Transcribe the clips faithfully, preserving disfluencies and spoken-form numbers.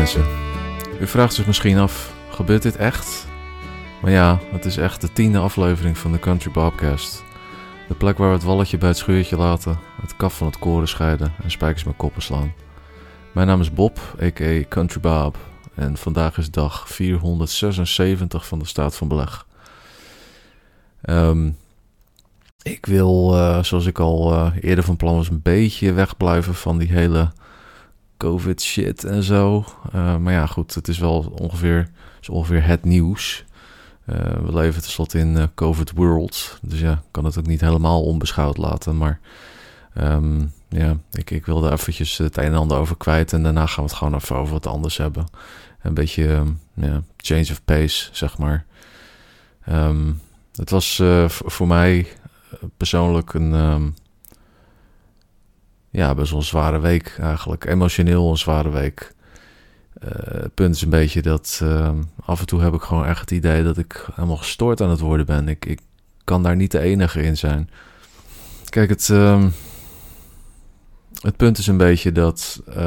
mensen. U vraagt zich misschien af, gebeurt dit echt? Maar ja, het is echt de tiende aflevering van de Country Bobcast. De plek waar we het walletje bij het schuurtje laten, het kaf van het koren scheiden en spijkers met koppen slaan. Mijn naam is Bob, a k a. Country Bob. En vandaag is dag vierhonderdzesenzeventig van de staat van beleg. Um, ik wil, uh, zoals ik al uh, eerder van plan was, een beetje wegblijven van die hele COVID shit en zo. Uh, maar ja, goed, het is wel ongeveer, is ongeveer het nieuws. Uh, we leven tenslotte in uh, COVID world. Dus ja, ik kan het ook niet helemaal onbeschouwd laten. Maar um, ja, ik, ik wilde eventjes het een en ander over kwijt. En daarna gaan we het gewoon even over wat anders hebben. Een beetje um, ja, change of pace, zeg maar. Um, het was uh, v- voor mij persoonlijk een um, ja, best wel een zware week eigenlijk. Emotioneel een zware week. Uh, het punt is een beetje dat uh, af en toe heb ik gewoon echt het idee dat ik helemaal gestoord aan het worden ben. Ik, ik kan daar niet de enige in zijn. Kijk, het, uh, het punt is een beetje dat, uh,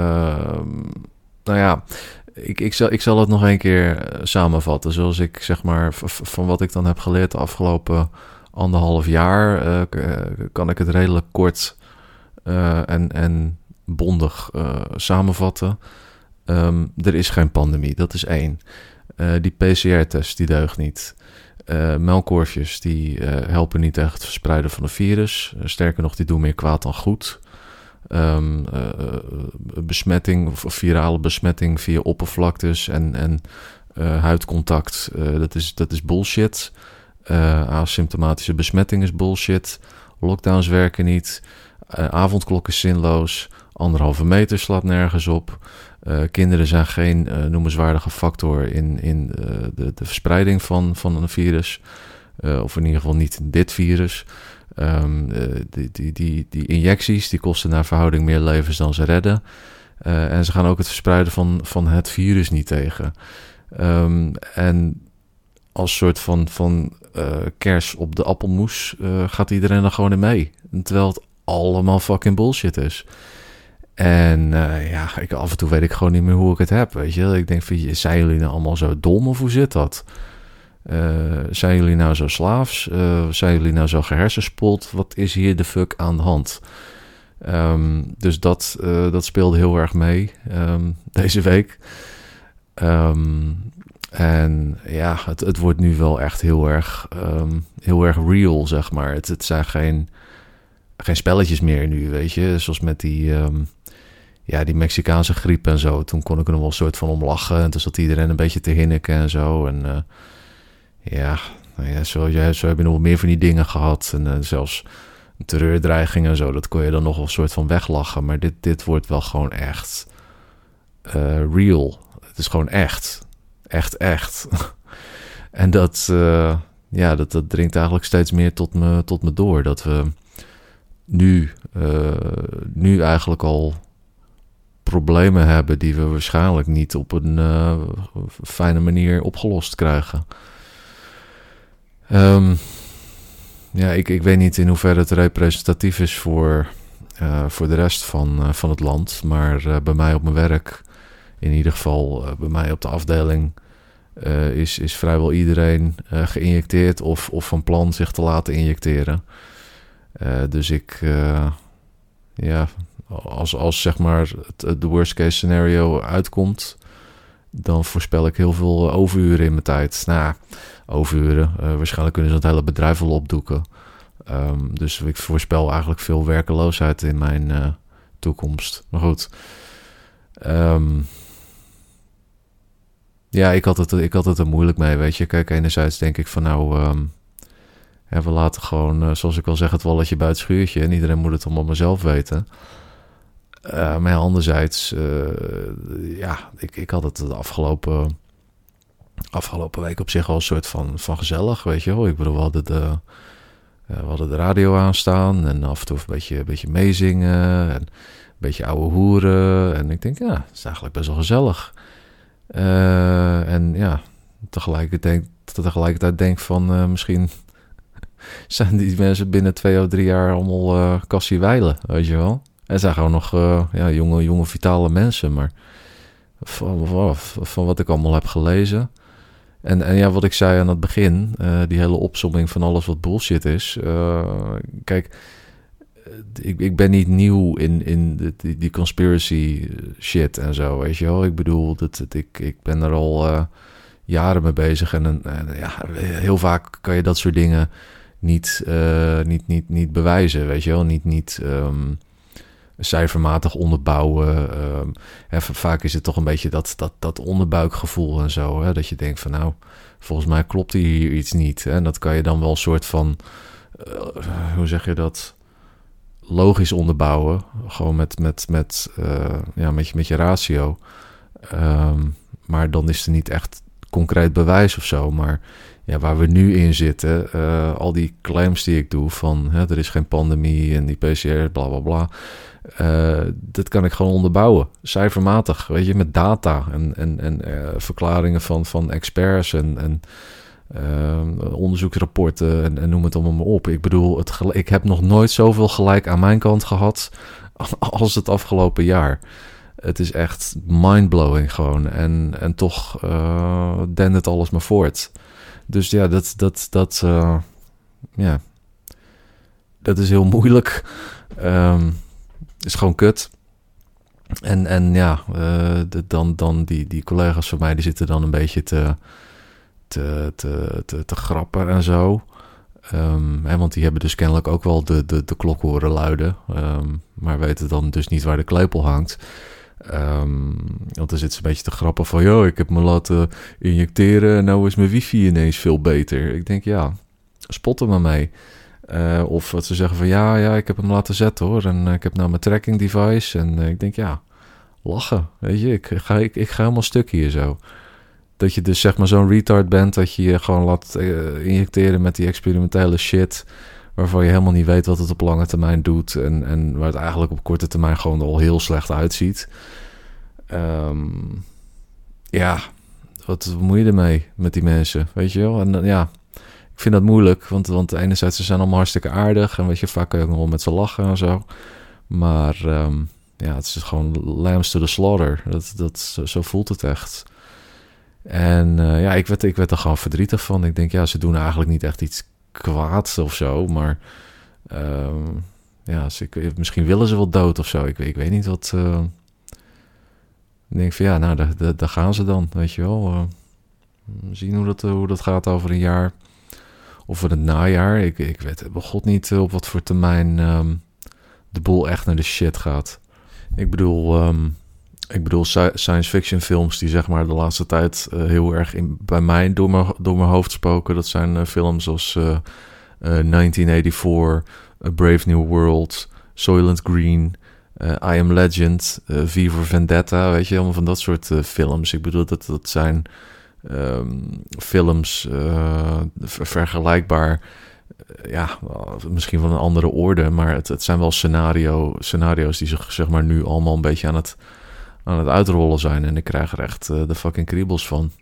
nou ja, ik, ik, zal, ik zal het nog een keer samenvatten. Zoals ik zeg maar, v- van wat ik dan heb geleerd de afgelopen anderhalf jaar, uh, kan ik het redelijk kort uh, en, en bondig uh, samenvatten. Um, er is geen pandemie, dat is één. Uh, die P C R-test, die deugt niet. Uh, melkkorfjes, die uh, helpen niet tegen het verspreiden van het virus. Uh, sterker nog, die doen meer kwaad dan goed. Um, uh, besmetting, of virale besmetting via oppervlaktes en, en uh, huidcontact, uh, dat, is, dat is bullshit. Uh, asymptomatische besmetting is bullshit. Lockdowns werken niet. Uh, avondklok is zinloos. Anderhalve meter slaat nergens op. Uh, kinderen zijn geen uh, noemenswaardige factor in, in uh, de, de verspreiding van, van een virus. Uh, of in ieder geval niet dit virus. Um, uh, die, die, die, die injecties die kosten naar verhouding meer levens dan ze redden. Uh, en ze gaan ook het verspreiden van, van het virus niet tegen. Um, en als soort van, van uh, kers op de appelmoes uh, gaat iedereen er gewoon in mee. Terwijl het allemaal fucking bullshit is. En uh, ja, ik, af en toe weet ik gewoon niet meer hoe ik het heb, weet je. Ik denk van, zijn jullie nou allemaal zo dom of hoe zit dat? Uh, zijn jullie nou zo slaafs? Uh, zijn jullie nou zo gehersenspoeld? Wat is hier de fuck aan de hand? Um, dus dat, uh, dat speelde heel erg mee um, deze week. Um, en ja, het, het wordt nu wel echt heel erg, um, heel erg real, zeg maar. Het, het zijn geen, geen spelletjes meer nu, weet je. Zoals met die... Um, Ja, die Mexicaanse griep en zo. Toen kon ik er nog wel een soort van om lachen. En toen zat iedereen een beetje te hinniken en zo. En uh, ja, nou ja zo, ja, zo heb je nog wel meer van die dingen gehad. En uh, zelfs een terreurdreiging en zo. Dat kon je dan nog wel een soort van weglachen. Maar dit, dit wordt wel gewoon echt uh, real. Het is gewoon echt. Echt, echt. En dat, uh, ja, dat, dat dringt eigenlijk steeds meer tot me, tot me door. Dat we nu, uh, nu eigenlijk al... problemen hebben die we waarschijnlijk niet op een uh, fijne manier opgelost krijgen. Um, ja, ik, ik weet niet in hoeverre het representatief is voor, uh, voor de rest van, uh, van het land, maar uh, bij mij op mijn werk, in ieder geval uh, bij mij op de afdeling, uh, is, is vrijwel iedereen uh, geïnjecteerd of, of van plan zich te laten injecteren. Uh, dus ik, uh, ja... Als, als zeg maar het de worst case scenario uitkomt, dan voorspel ik heel veel overuren in mijn tijd. Nou, overuren. Uh, waarschijnlijk kunnen ze het hele bedrijf wel opdoeken. Um, dus ik voorspel eigenlijk veel werkeloosheid in mijn uh, toekomst. Maar goed. Um, ja, ik had, het, ik had het er moeilijk mee, weet je. Kijk, enerzijds denk ik van nou... Um, ja, we laten gewoon, uh, zoals ik al zeg, het walletje bij het schuurtje. En iedereen moet het allemaal maar zelf weten. Uh, maar anderzijds, uh, ja, ik, ik had het de afgelopen, afgelopen week op zich al een soort van, van gezellig, weet je wel. Ik bedoel, we hadden, de, uh, we hadden de radio aanstaan en af en toe een beetje, een beetje meezingen en een beetje ouwe hoeren. En ik denk, ja, het is eigenlijk best wel gezellig. Uh, en ja, tegelijkertijd, tegelijkertijd denk van, uh, misschien zijn die mensen binnen twee of drie jaar allemaal uh, Cassie Weilen, weet je wel. Het zijn gewoon nog uh, ja, jonge, jonge, vitale mensen. Maar van, van, van wat ik allemaal heb gelezen. En, en ja, wat ik zei aan het begin, uh, die hele opsomming van alles wat bullshit is. Uh, kijk, ik, ik ben niet nieuw in, in de, die, die conspiracy shit en zo, weet je wel. Ik bedoel, dat, dat, ik, ik ben er al uh, jaren mee bezig. En, en, en ja, heel vaak kan je dat soort dingen niet, uh, niet, niet, niet bewijzen, weet je wel. Niet, niet um, cijfermatig onderbouwen. Um, hè, vaak is het toch een beetje dat, dat, dat onderbuikgevoel en zo. Hè, dat je denkt van nou, volgens mij klopt hier iets niet. Hè, en dat kan je dan wel een soort van, uh, hoe zeg je dat, logisch onderbouwen. Gewoon met, met, met, uh, ja, met, je, met je ratio. Um, maar dan is er niet echt concreet bewijs of zo. Maar ja, waar we nu in zitten, uh, al die claims die ik doe van hè, er is geen pandemie en die P C R, bla bla bla. Uh, dat kan ik gewoon onderbouwen. Cijfermatig, weet je, met data en, en, en uh, verklaringen van, van experts en, en uh, onderzoeksrapporten en, en noem het allemaal maar op. Ik bedoel, het gel- ik heb nog nooit zoveel gelijk aan mijn kant gehad als het afgelopen jaar. Het is echt mindblowing gewoon. En, en toch uh, dendert alles maar voort. Dus ja, dat, dat, dat, uh, ja, dat is heel moeilijk. Um, is gewoon kut. En, en ja, uh, de, dan, dan die, die collega's van mij, die zitten dan een beetje te, te, te, te, te grappen en zo. Um, hè, want die hebben dus kennelijk ook wel de, de, de klok horen luiden. Um, maar weten dan dus niet waar de klepel hangt. Um, want dan zit ze een beetje te grappen van, joh, ik heb me laten injecteren en nou is mijn wifi ineens veel beter. Ik denk, ja, spot er maar mee. Uh, of wat ze zeggen van, ja, ja, ik heb hem laten zetten hoor. En uh, ik heb nou mijn tracking device. En uh, ik denk, ja, lachen. Weet je, ik ga, ik, ik ga helemaal stuk hier zo. Dat je dus zeg maar zo'n retard bent, dat je je gewoon laat uh, injecteren met die experimentele shit, waarvan je helemaal niet weet wat het op lange termijn doet. En, en waar het eigenlijk op korte termijn gewoon al heel slecht uitziet. Um, ja, wat moet je ermee met die mensen, weet je wel? En uh, ja, ik vind dat moeilijk, want, want enerzijds ze zijn allemaal hartstikke aardig. En weet je, vaak kan je ook nog wel met ze lachen en zo. Maar um, ja, het is gewoon lambs to the slaughter. Dat, dat, zo, zo voelt het echt. En uh, ja, ik werd, ik werd er gewoon verdrietig van. Ik denk, ja, ze doen eigenlijk niet echt iets kwaads of zo. Maar um, ja, ze, misschien willen ze wel dood of zo. Ik, ik weet niet wat. Uh, ik denk van ja, nou, daar, daar, daar gaan ze dan, weet je wel. Uh, zien hoe dat, hoe dat gaat over een jaar. Of voor het najaar. Ik, ik weet bij god niet op wat voor termijn um, de boel echt naar de shit gaat. Ik bedoel, um, ik bedoel science fiction films die zeg maar de laatste tijd uh, heel erg in, bij mij door mijn, door mijn hoofd spoken. Dat zijn uh, films als uh, uh, negentien eenennegentig, A Brave New World, Soylent Green, uh, I Am Legend, uh, V for Vendetta, weet je, allemaal van dat soort uh, films. Ik bedoel, dat, dat zijn um, films uh, vergelijkbaar, uh, ja, misschien van een andere orde, maar het, het zijn wel scenario, scenario's die zich zeg maar nu allemaal een beetje aan het aan het uitrollen zijn. En ik krijg er echt uh, de fucking kriebels van.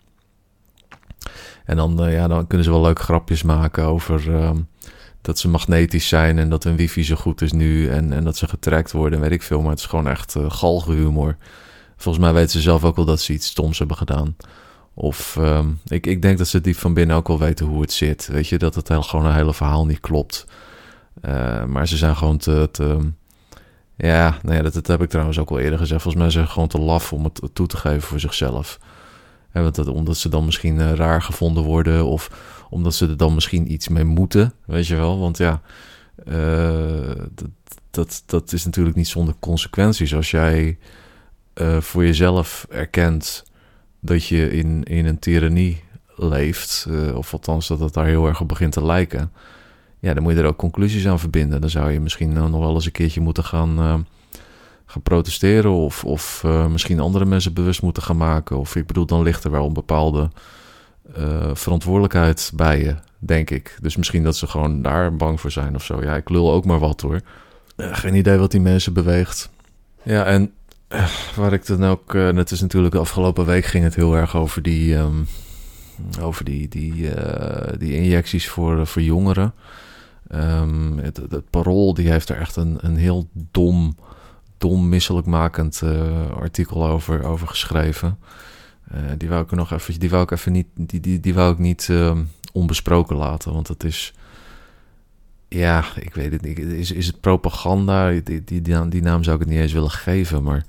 En dan, uh, ja, dan kunnen ze wel leuke grapjes maken over um, dat ze magnetisch zijn en dat hun wifi zo goed is nu en, en dat ze getrackt worden en weet ik veel. Maar het is gewoon echt uh, galgenhumor. Volgens mij weten ze zelf ook wel dat ze iets stoms hebben gedaan. Of um, ik, ik denk dat ze diep van binnen ook wel weten hoe het zit. Weet je, dat het heel, gewoon een hele verhaal niet klopt. Uh, maar ze zijn gewoon te... te Ja, nou ja, dat, dat heb ik trouwens ook al eerder gezegd. Volgens mij zijn ze gewoon te laf om het toe te geven voor zichzelf. Ja, want dat, omdat ze dan misschien uh, raar gevonden worden of omdat ze er dan misschien iets mee moeten, weet je wel. Want ja, uh, dat, dat, dat is natuurlijk niet zonder consequenties. Als jij uh, voor jezelf erkent dat je in, in een tirannie leeft, uh, of althans dat het daar heel erg op begint te lijken, ja, dan moet je er ook conclusies aan verbinden. Dan zou je misschien uh, nog wel eens een keertje moeten gaan, uh, gaan protesteren of, of uh, misschien andere mensen bewust moeten gaan maken. Of ik bedoel, dan ligt er wel een bepaalde uh, verantwoordelijkheid bij je, denk ik. Dus misschien dat ze gewoon daar bang voor zijn of zo. Ja, ik lul ook maar wat hoor. Uh, geen idee wat die mensen beweegt. Ja, en uh, waar ik dan ook... Uh, het is natuurlijk de afgelopen week ging het heel erg over die... Um, over die, die, uh, die injecties voor, uh, voor jongeren. Um, het, het Parool die heeft er echt een, een heel dom, dom, misselijkmakend uh, artikel over, over geschreven. Uh, die wou ik er nog even, die wou ik even niet, die, die, die wou ik niet uh, onbesproken laten, want het is, ja, ik weet het niet, is, is het propaganda? Die, die, die, die naam zou ik het niet eens willen geven, maar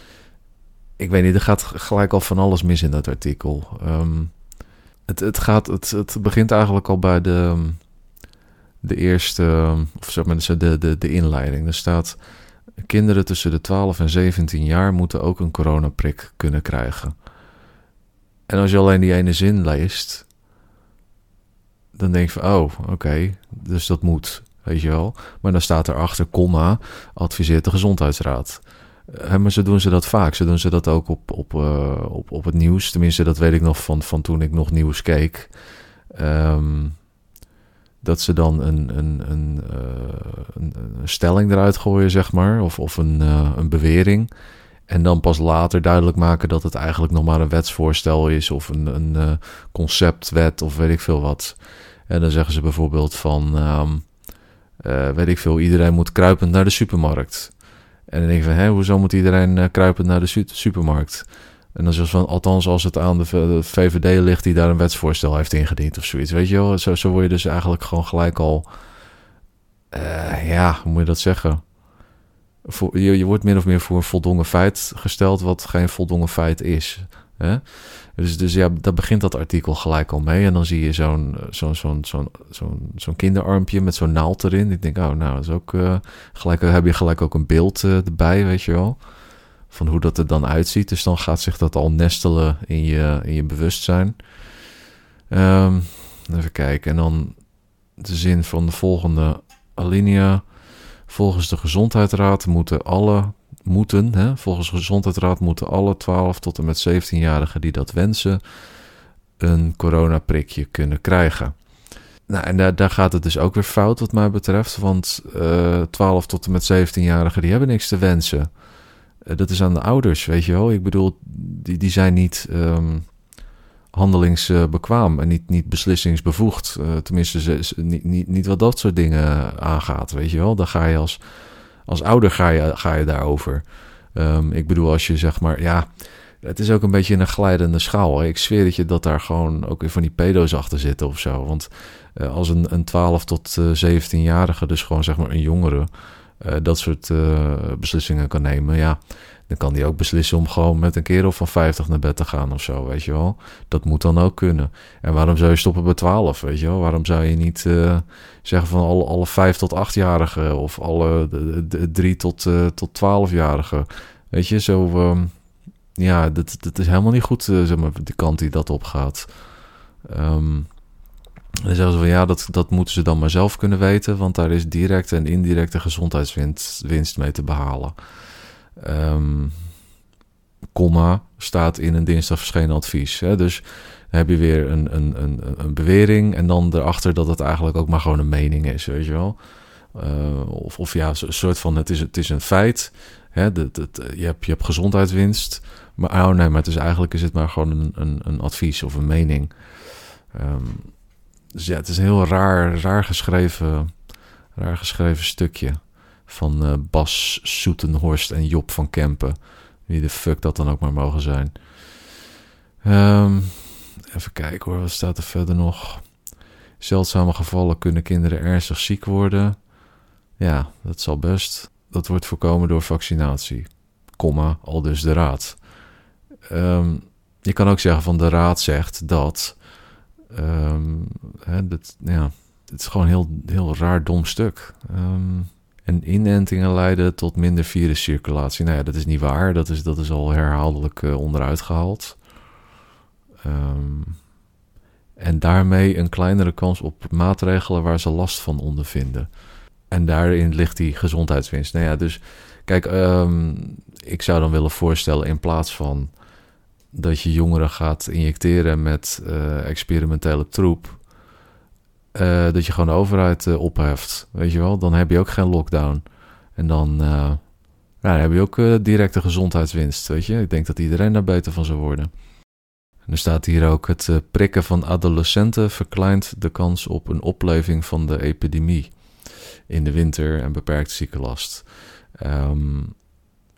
ik weet niet, er gaat gelijk al van alles mis in dat artikel. Um, het, het, gaat, het, het begint eigenlijk al bij de, de eerste, of zeg maar, de, de, de inleiding. Er staat, kinderen tussen de twaalf en zeventien jaar moeten ook een coronaprik kunnen krijgen. En als je alleen die ene zin leest, dan denk je van, oh, oké, okay, dus dat moet, weet je wel. Maar dan staat erachter, komma, adviseert de Gezondheidsraad. Uh, maar zo doen ze dat vaak. Zo doen ze dat ook op, op, uh, op, op het nieuws. Tenminste, dat weet ik nog van, van toen ik nog nieuws keek. Um, dat ze dan een, een, een, uh, een, een stelling eruit gooien, zeg maar. Of, of een, uh, een bewering. En dan pas later duidelijk maken dat het eigenlijk nog maar een wetsvoorstel is. Of een, een uh, conceptwet of weet ik veel wat. En dan zeggen ze bijvoorbeeld van, um, uh, weet ik veel, iedereen moet kruipend naar de supermarkt. En dan denk je van, hé, hoezo moet iedereen uh, kruipend naar de su- supermarkt? En dan is van, althans als het aan de, v- de V V D ligt die daar een wetsvoorstel heeft ingediend of zoiets. Weet je wel, zo, zo word je dus eigenlijk gewoon gelijk al, uh, ja, hoe moet je dat zeggen? Voor, je, je wordt min of meer voor een voldongen feit gesteld wat geen voldongen feit is. Hè? Dus, dus ja, daar begint dat artikel gelijk al mee. En dan zie je zo'n, zo'n, zo'n, zo'n, zo'n, zo'n kinderarmpje met zo'n naald erin. Ik denk, oh, nou, dat is ook, uh, gelijk, heb je gelijk ook een beeld uh, erbij, weet je wel. Van hoe dat er dan uitziet. Dus dan gaat zich dat al nestelen in je, in je bewustzijn. Um, even kijken. En dan de zin van de volgende alinea. Volgens de Gezondheidsraad moeten alle, moeten, hè, volgens de Gezondheidsraad moeten alle twaalf tot en met zeventienjarigen die dat wensen een coronaprikje kunnen krijgen. Nou, en daar, daar gaat het dus ook weer fout wat mij betreft, want uh, twaalf tot en met zeventienjarigen die hebben niks te wensen. Uh, dat is aan de ouders, weet je wel. Ik bedoel, die, die zijn niet um, handelingsbekwaam en niet, niet beslissingsbevoegd. Uh, tenminste, ze, ze, niet, niet, niet wat dat soort dingen aangaat, weet je wel. Dan ga je als, als ouder ga je, ga je daarover. Um, ik bedoel, als je zeg maar, ja, het is ook een beetje een glijdende schaal. Hè? Ik zweer dat je dat daar gewoon ook weer van die pedo's achter zitten of zo. Want uh, als een, een twaalf tot zeventienjarige, dus gewoon zeg maar een jongere, uh, dat soort uh, beslissingen kan nemen, ja, dan kan die ook beslissen om gewoon met een kerel van vijftig naar bed te gaan of zo, weet je wel. Dat moet dan ook kunnen. En waarom zou je stoppen bij twaalf, weet je wel? Waarom zou je niet uh, zeggen van alle, alle vijf tot achtjarigen of alle de, de, drie tot, uh, tot twaalfjarigen? Weet je, zo, um, ja, dat, dat is helemaal niet goed, uh, zeg maar, de kant die dat opgaat. Um, dan zeggen ze van ja, dat, dat moeten ze dan maar zelf kunnen weten, want daar is directe en indirecte gezondheidswinst winst mee te behalen. Um, komma, staat in een dinsdag verschenen advies. Hè? Dus dan heb je weer een, een, een, een bewering en dan erachter dat het eigenlijk ook maar gewoon een mening is, weet je wel. Uh, of, of ja, een soort van, het is, het is een feit. Hè? Dat, dat, je, hebt, je hebt gezondheidswinst, maar oh nee, maar het is eigenlijk is het maar gewoon een, een, een advies of een mening. Um, dus ja, het is een heel raar, raar geschreven, raar geschreven stukje van uh, Bas Soetenhorst en Job van Kempen. Wie de fuck dat dan ook maar mogen zijn. Um, even kijken hoor, wat staat er verder nog? Zeldzame gevallen kunnen kinderen ernstig ziek worden. Ja, dat zal best. Dat wordt voorkomen door vaccinatie. Komma, al dus de raad. Um, je kan ook zeggen van de raad zegt dat. Um, hè, dat ja, het is gewoon een heel, heel raar dom stuk. Um, En inentingen leiden tot minder viruscirculatie. Nou ja, dat is niet waar. Dat is, dat is al herhaaldelijk uh, onderuit gehaald. Um, en daarmee een kleinere kans op maatregelen waar ze last van ondervinden. En daarin ligt die gezondheidswinst. Nou ja, dus kijk, um, ik zou dan willen voorstellen in plaats van dat je jongeren gaat injecteren met uh, experimentele troep, Uh, dat je gewoon de overheid uh, opheft, weet je wel. Dan heb je ook geen lockdown. En dan, uh, ja, dan heb je ook uh, directe gezondheidswinst, weet je. Ik denk dat iedereen daar beter van zou worden. En er staat hier ook, het uh, prikken van adolescenten verkleint de kans op een opleving van de epidemie in de winter en beperkt ziekenlast. Um,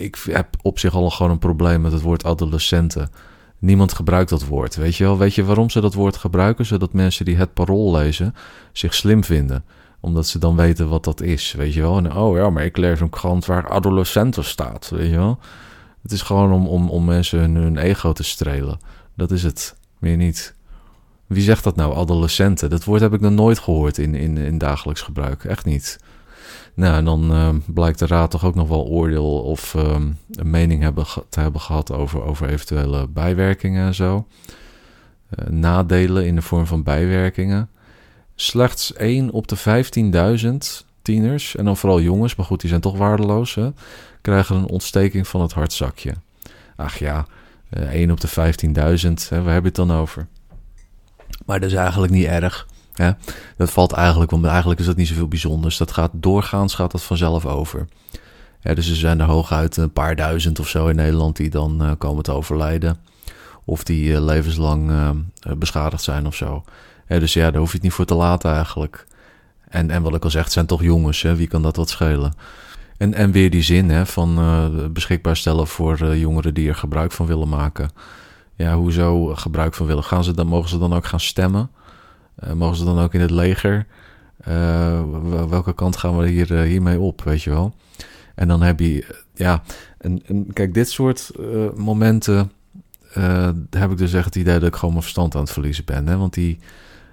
ik heb op zich al gewoon een probleem met het woord adolescenten. Niemand gebruikt dat woord, weet je wel. Weet je waarom ze dat woord gebruiken? Zodat mensen die het Parool lezen zich slim vinden. Omdat ze dan weten wat dat is, weet je wel. En oh ja, maar ik lees een krant waar adolescenten staat, weet je wel. Het is gewoon om, om, om mensen hun, hun ego te strelen. Dat is het, meer niet. Wie zegt dat nou, adolescenten? Dat woord heb ik nog nooit gehoord in, in, in dagelijks gebruik, echt niet. Nou, en dan uh, blijkt de raad toch ook nog wel oordeel of um, een mening hebben, te hebben gehad over, over eventuele bijwerkingen en zo. Uh, nadelen in de vorm van bijwerkingen. Slechts één op de vijftienduizend tieners, en dan vooral jongens, maar goed, die zijn toch waardeloos, hè, krijgen een ontsteking van het hartzakje. Ach ja, uh, één op de vijftienduizend, hè, waar heb je het dan over? Maar dat is eigenlijk niet erg. Ja, dat valt eigenlijk, want eigenlijk is dat niet zoveel bijzonders. Dat gaat doorgaans, gaat dat vanzelf over. Ja, dus er zijn er hooguit een paar duizend of zo in Nederland die dan uh, komen te overlijden. Of die uh, levenslang uh, beschadigd zijn of zo. Ja, dus ja, daar hoef je het niet voor te laten eigenlijk. En, en wat ik al zeg, het zijn toch jongens, hè? Wie kan dat wat schelen? En, en weer die zin hè, van uh, beschikbaar stellen voor uh, jongeren die er gebruik van willen maken. Ja, hoezo gebruik van willen? Gaan ze dan, mogen ze dan ook gaan stemmen? Uh, mogen ze dan ook in het leger? Uh, welke kant gaan we hier, uh, hiermee op, weet je wel? En dan heb je, ja, en, en kijk, dit soort uh, momenten uh, heb ik dus echt het idee dat ik gewoon mijn verstand aan het verliezen ben. Hè? Want die,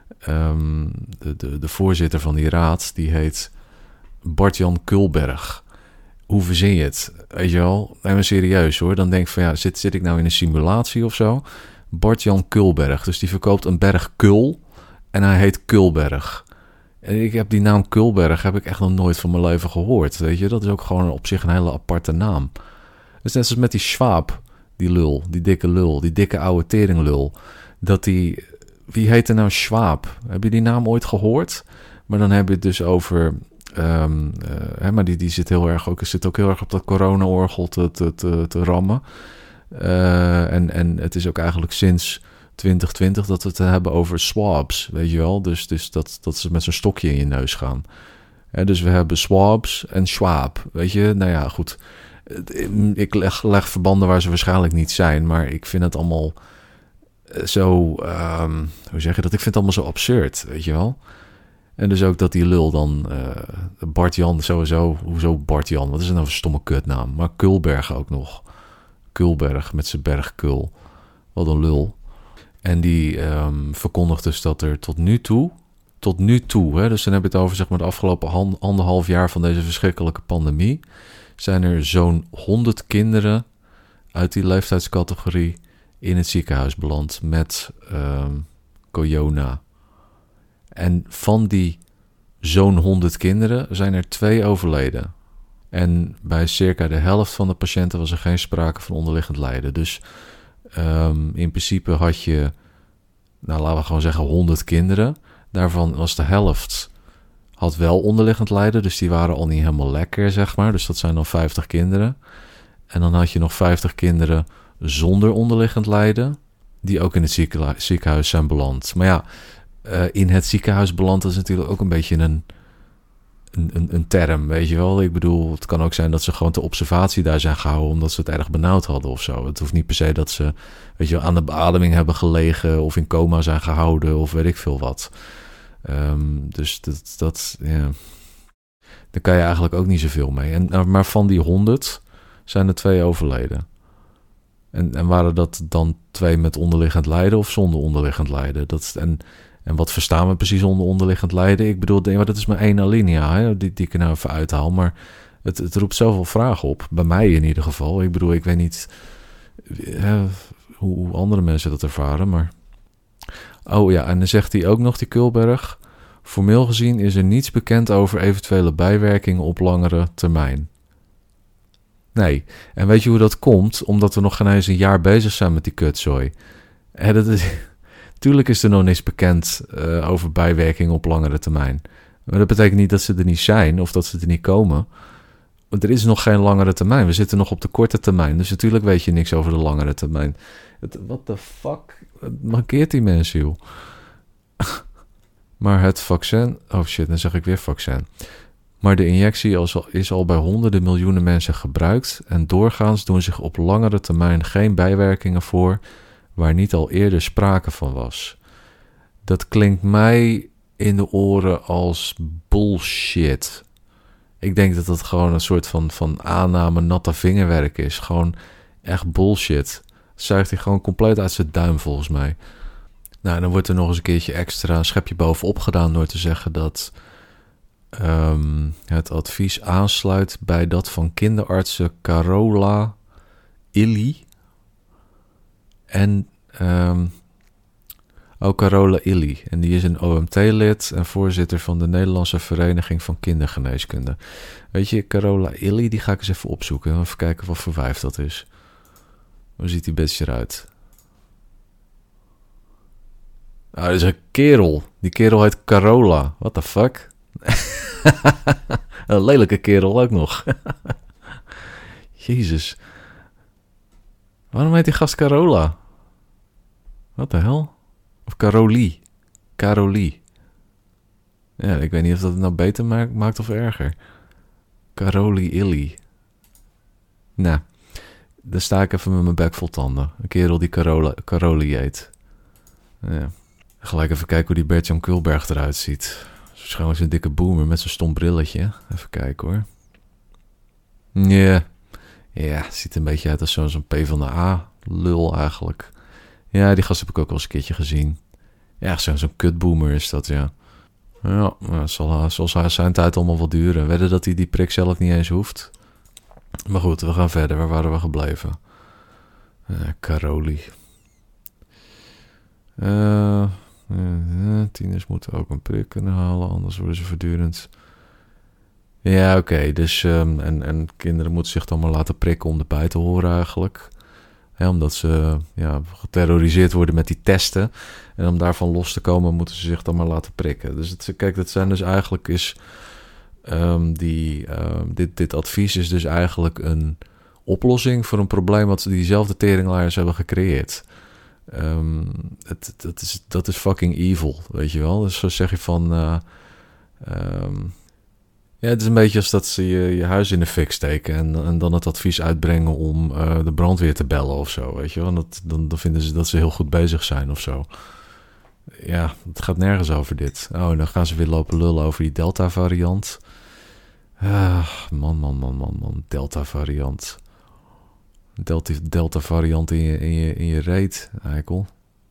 um, de, de, de voorzitter van die raad, die heet Bart-Jan Kulberg. Hoe verzin je het? Weet je wel? Even serieus hoor. Dan denk ik van ja, zit, zit ik nou in een simulatie of zo? Bart-Jan Kulberg. Dus die verkoopt een berg kul. En hij heet Kulberg. En ik heb die naam Kulberg heb ik echt nog nooit van mijn leven gehoord. Weet je, dat is ook gewoon op zich een hele aparte naam. Dus net zoals met die Schwab, die lul, die dikke lul, die dikke oude teringlul. Dat die, wie heet er nou Schwab? Heb je die naam ooit gehoord? Maar dan heb je het dus over, um, uh, hè, maar die, die zit heel erg ook, zit ook heel erg op dat corona-orgel te, te, te, te rammen. Uh, en, en het is ook eigenlijk sinds twintig twintig dat we het hebben over swabs, weet je wel. Dus, dus dat, dat ze met zo'n stokje in je neus gaan. Ja, dus we hebben swabs en Schwab, weet je. Nou ja, goed. Ik leg, leg verbanden waar ze waarschijnlijk niet zijn, maar ik vind het allemaal zo, um, hoe zeg je dat? Ik vind het allemaal zo absurd, weet je wel. En dus ook dat die lul dan, uh, Bart-Jan sowieso, hoezo Bart-Jan? Wat is het nou voor stomme kutnaam? Maar Kulberg ook nog. Kulberg met zijn berg Kul. Wat een lul. En die um, verkondigt dus dat er tot nu toe, tot nu toe, hè, dus dan heb je het over zeg maar de afgelopen hand, anderhalf jaar van deze verschrikkelijke pandemie, zijn er zo'n honderd kinderen uit die leeftijdscategorie in het ziekenhuis beland met um, corona. En van die zo'n honderd kinderen zijn er twee overleden. En bij circa de helft van de patiënten was er geen sprake van onderliggend lijden. Dus um, in principe had je, nou laten we gewoon zeggen honderd kinderen. Daarvan was de helft had wel onderliggend lijden, dus die waren al niet helemaal lekker, zeg maar. Dus dat zijn dan vijftig kinderen. En dan had je nog vijftig kinderen zonder onderliggend lijden, die ook in het ziekenhuis zijn beland. Maar ja, uh, in het ziekenhuis beland is natuurlijk ook een beetje een, een, een, een term, weet je wel. Ik bedoel, het kan ook zijn dat ze gewoon ter observatie daar zijn gehouden, omdat ze het erg benauwd hadden of zo. Het hoeft niet per se dat ze, weet je wel, aan de beademing hebben gelegen of in coma zijn gehouden of weet ik veel wat. Um, dus dat, dat ja, daar kan je eigenlijk ook niet zoveel mee. En, maar van die honderd zijn er twee overleden. En, en waren dat dan twee met onderliggend lijden of zonder onderliggend lijden? Dat, en, en wat verstaan we precies onder onderliggend lijden? Ik bedoel, dat is maar één alinea, hè, die, die ik er nou even uithaal. Maar het, het roept zoveel vragen op. Bij mij in ieder geval. Ik bedoel, ik weet niet hè, hoe, hoe andere mensen dat ervaren, maar... Oh ja, en dan zegt hij ook nog, die Kulberg, formeel gezien is er niets bekend over eventuele bijwerkingen op langere termijn. Nee, en weet je hoe dat komt? Omdat we nog geen eens een jaar bezig zijn met die kutzooi. Hè, dat is, tuurlijk is er nog niks bekend uh, over bijwerkingen op langere termijn. Maar dat betekent niet dat ze er niet zijn of dat ze er niet komen. Want er is nog geen langere termijn. We zitten nog op de korte termijn. Dus natuurlijk weet je niks over de langere termijn. What the fuck? Wat mankeert die mensen, joh? Maar het vaccin... Oh shit, dan zeg ik weer vaccin. Maar de injectie is al bij honderden miljoenen mensen gebruikt en doorgaans doen zich op langere termijn geen bijwerkingen voor waar niet al eerder sprake van was. Dat klinkt mij in de oren als bullshit. Ik denk dat dat gewoon een soort van, van aanname, natte vingerwerk is. Gewoon echt bullshit. Zuigt hij gewoon compleet uit zijn duim volgens mij. Nou, en dan wordt er nog eens een keertje extra een schepje bovenop gedaan door te zeggen dat um, het advies aansluit bij dat van kinderartsen Carola Illy en um, ook Carola Illy. En die is een O M T-lid en voorzitter van de Nederlandse Vereniging van Kindergeneeskunde. Weet je, Carola Illy, die ga ik eens even opzoeken. Even kijken wat voor wijf dat is. Hoe ziet die bitch eruit? Ah, dat is een kerel. Die kerel heet Carola. What the fuck? Een lelijke kerel ook nog. Jezus. Waarom heet die gast Carola? Wat de hel? Of Carolie. Carolie. Ja, ik weet niet of dat het nou beter maakt, maakt of erger. Carolie Illy. Nou, dan sta ik even met mijn bek vol tanden. Een kerel die Carola, Carolie heet. Ja. Gelijk even kijken hoe die Bert-Jan Kulberg eruit ziet. Waarschijnlijk zo'n dikke boomer met zo'n stom brilletje. Even kijken hoor. Ja. Yeah. Ja, yeah, ziet een beetje uit als zo'n zo'n P van de A lul eigenlijk. Ja, die gast heb ik ook al eens een keertje gezien. Ja, zo'n zo'n kutboomer is dat, ja. Ja, dat zal, zal zijn tijd allemaal wel duren. Wedden dat hij die prik zelf niet eens hoeft. Maar goed, we gaan verder. Waar waren we gebleven? Uh, Carolie. Uh, uh, tieners moeten ook een prik kunnen halen, anders worden ze voortdurend. Ja, oké. Okay, dus um, en, en kinderen moeten zich dan maar laten prikken om erbij te horen eigenlijk. Ja, omdat ze ja, geterroriseerd worden met die testen. En om daarvan los te komen moeten ze zich dan maar laten prikken. Dus het, kijk, dat zijn dus eigenlijk is... Um, die, um, dit, dit advies is dus eigenlijk een oplossing voor een probleem wat ze diezelfde teringlaaiers hebben gecreëerd. Um, het, dat, is, dat is fucking evil, weet je wel. Dus zo zeg je van... Uh, um, ja, het is een beetje als dat ze je, je huis in de fik steken en, en dan het advies uitbrengen om uh, de brandweer te bellen of zo, weet je wel. Dat, dan, dan vinden ze dat ze heel goed bezig zijn of zo. Ja, het gaat nergens over dit. Oh, en dan gaan ze weer lopen lullen over die Delta-variant. Ah, man, man, man, man, man. Delta-variant. Delta, Delta-variant in je, in je, in je reet, eikel.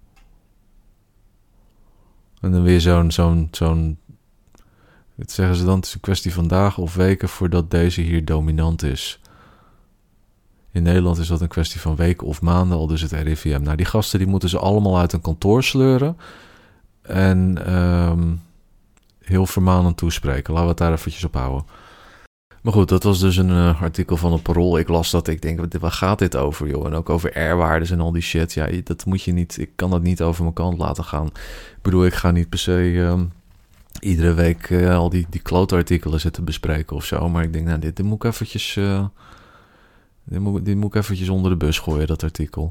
En dan weer zo'n, zo'n, zo'n... Wat zeggen ze dan? Het is een kwestie van dagen of weken voordat deze hier dominant is. In Nederland is dat een kwestie van weken of maanden, al dus het R I V M. Nou, die gasten die moeten ze allemaal uit een kantoor sleuren. En um, heel vermanend toespreken. Laten we het daar eventjes op houden. Maar goed, dat was dus een uh, artikel van het Parool. Ik las dat, ik denk, waar gaat dit over, joh? En ook over R-waardes en al die shit. Ja, dat moet je niet, ik kan dat niet over mijn kant laten gaan. Ik bedoel, ik ga niet per se um, iedere week uh, al die, die klootartikelen zitten bespreken of zo. Maar ik denk, nou, dit, dit moet ik eventjes... Uh, dit, moet, dit moet ik eventjes onder de bus gooien, dat artikel.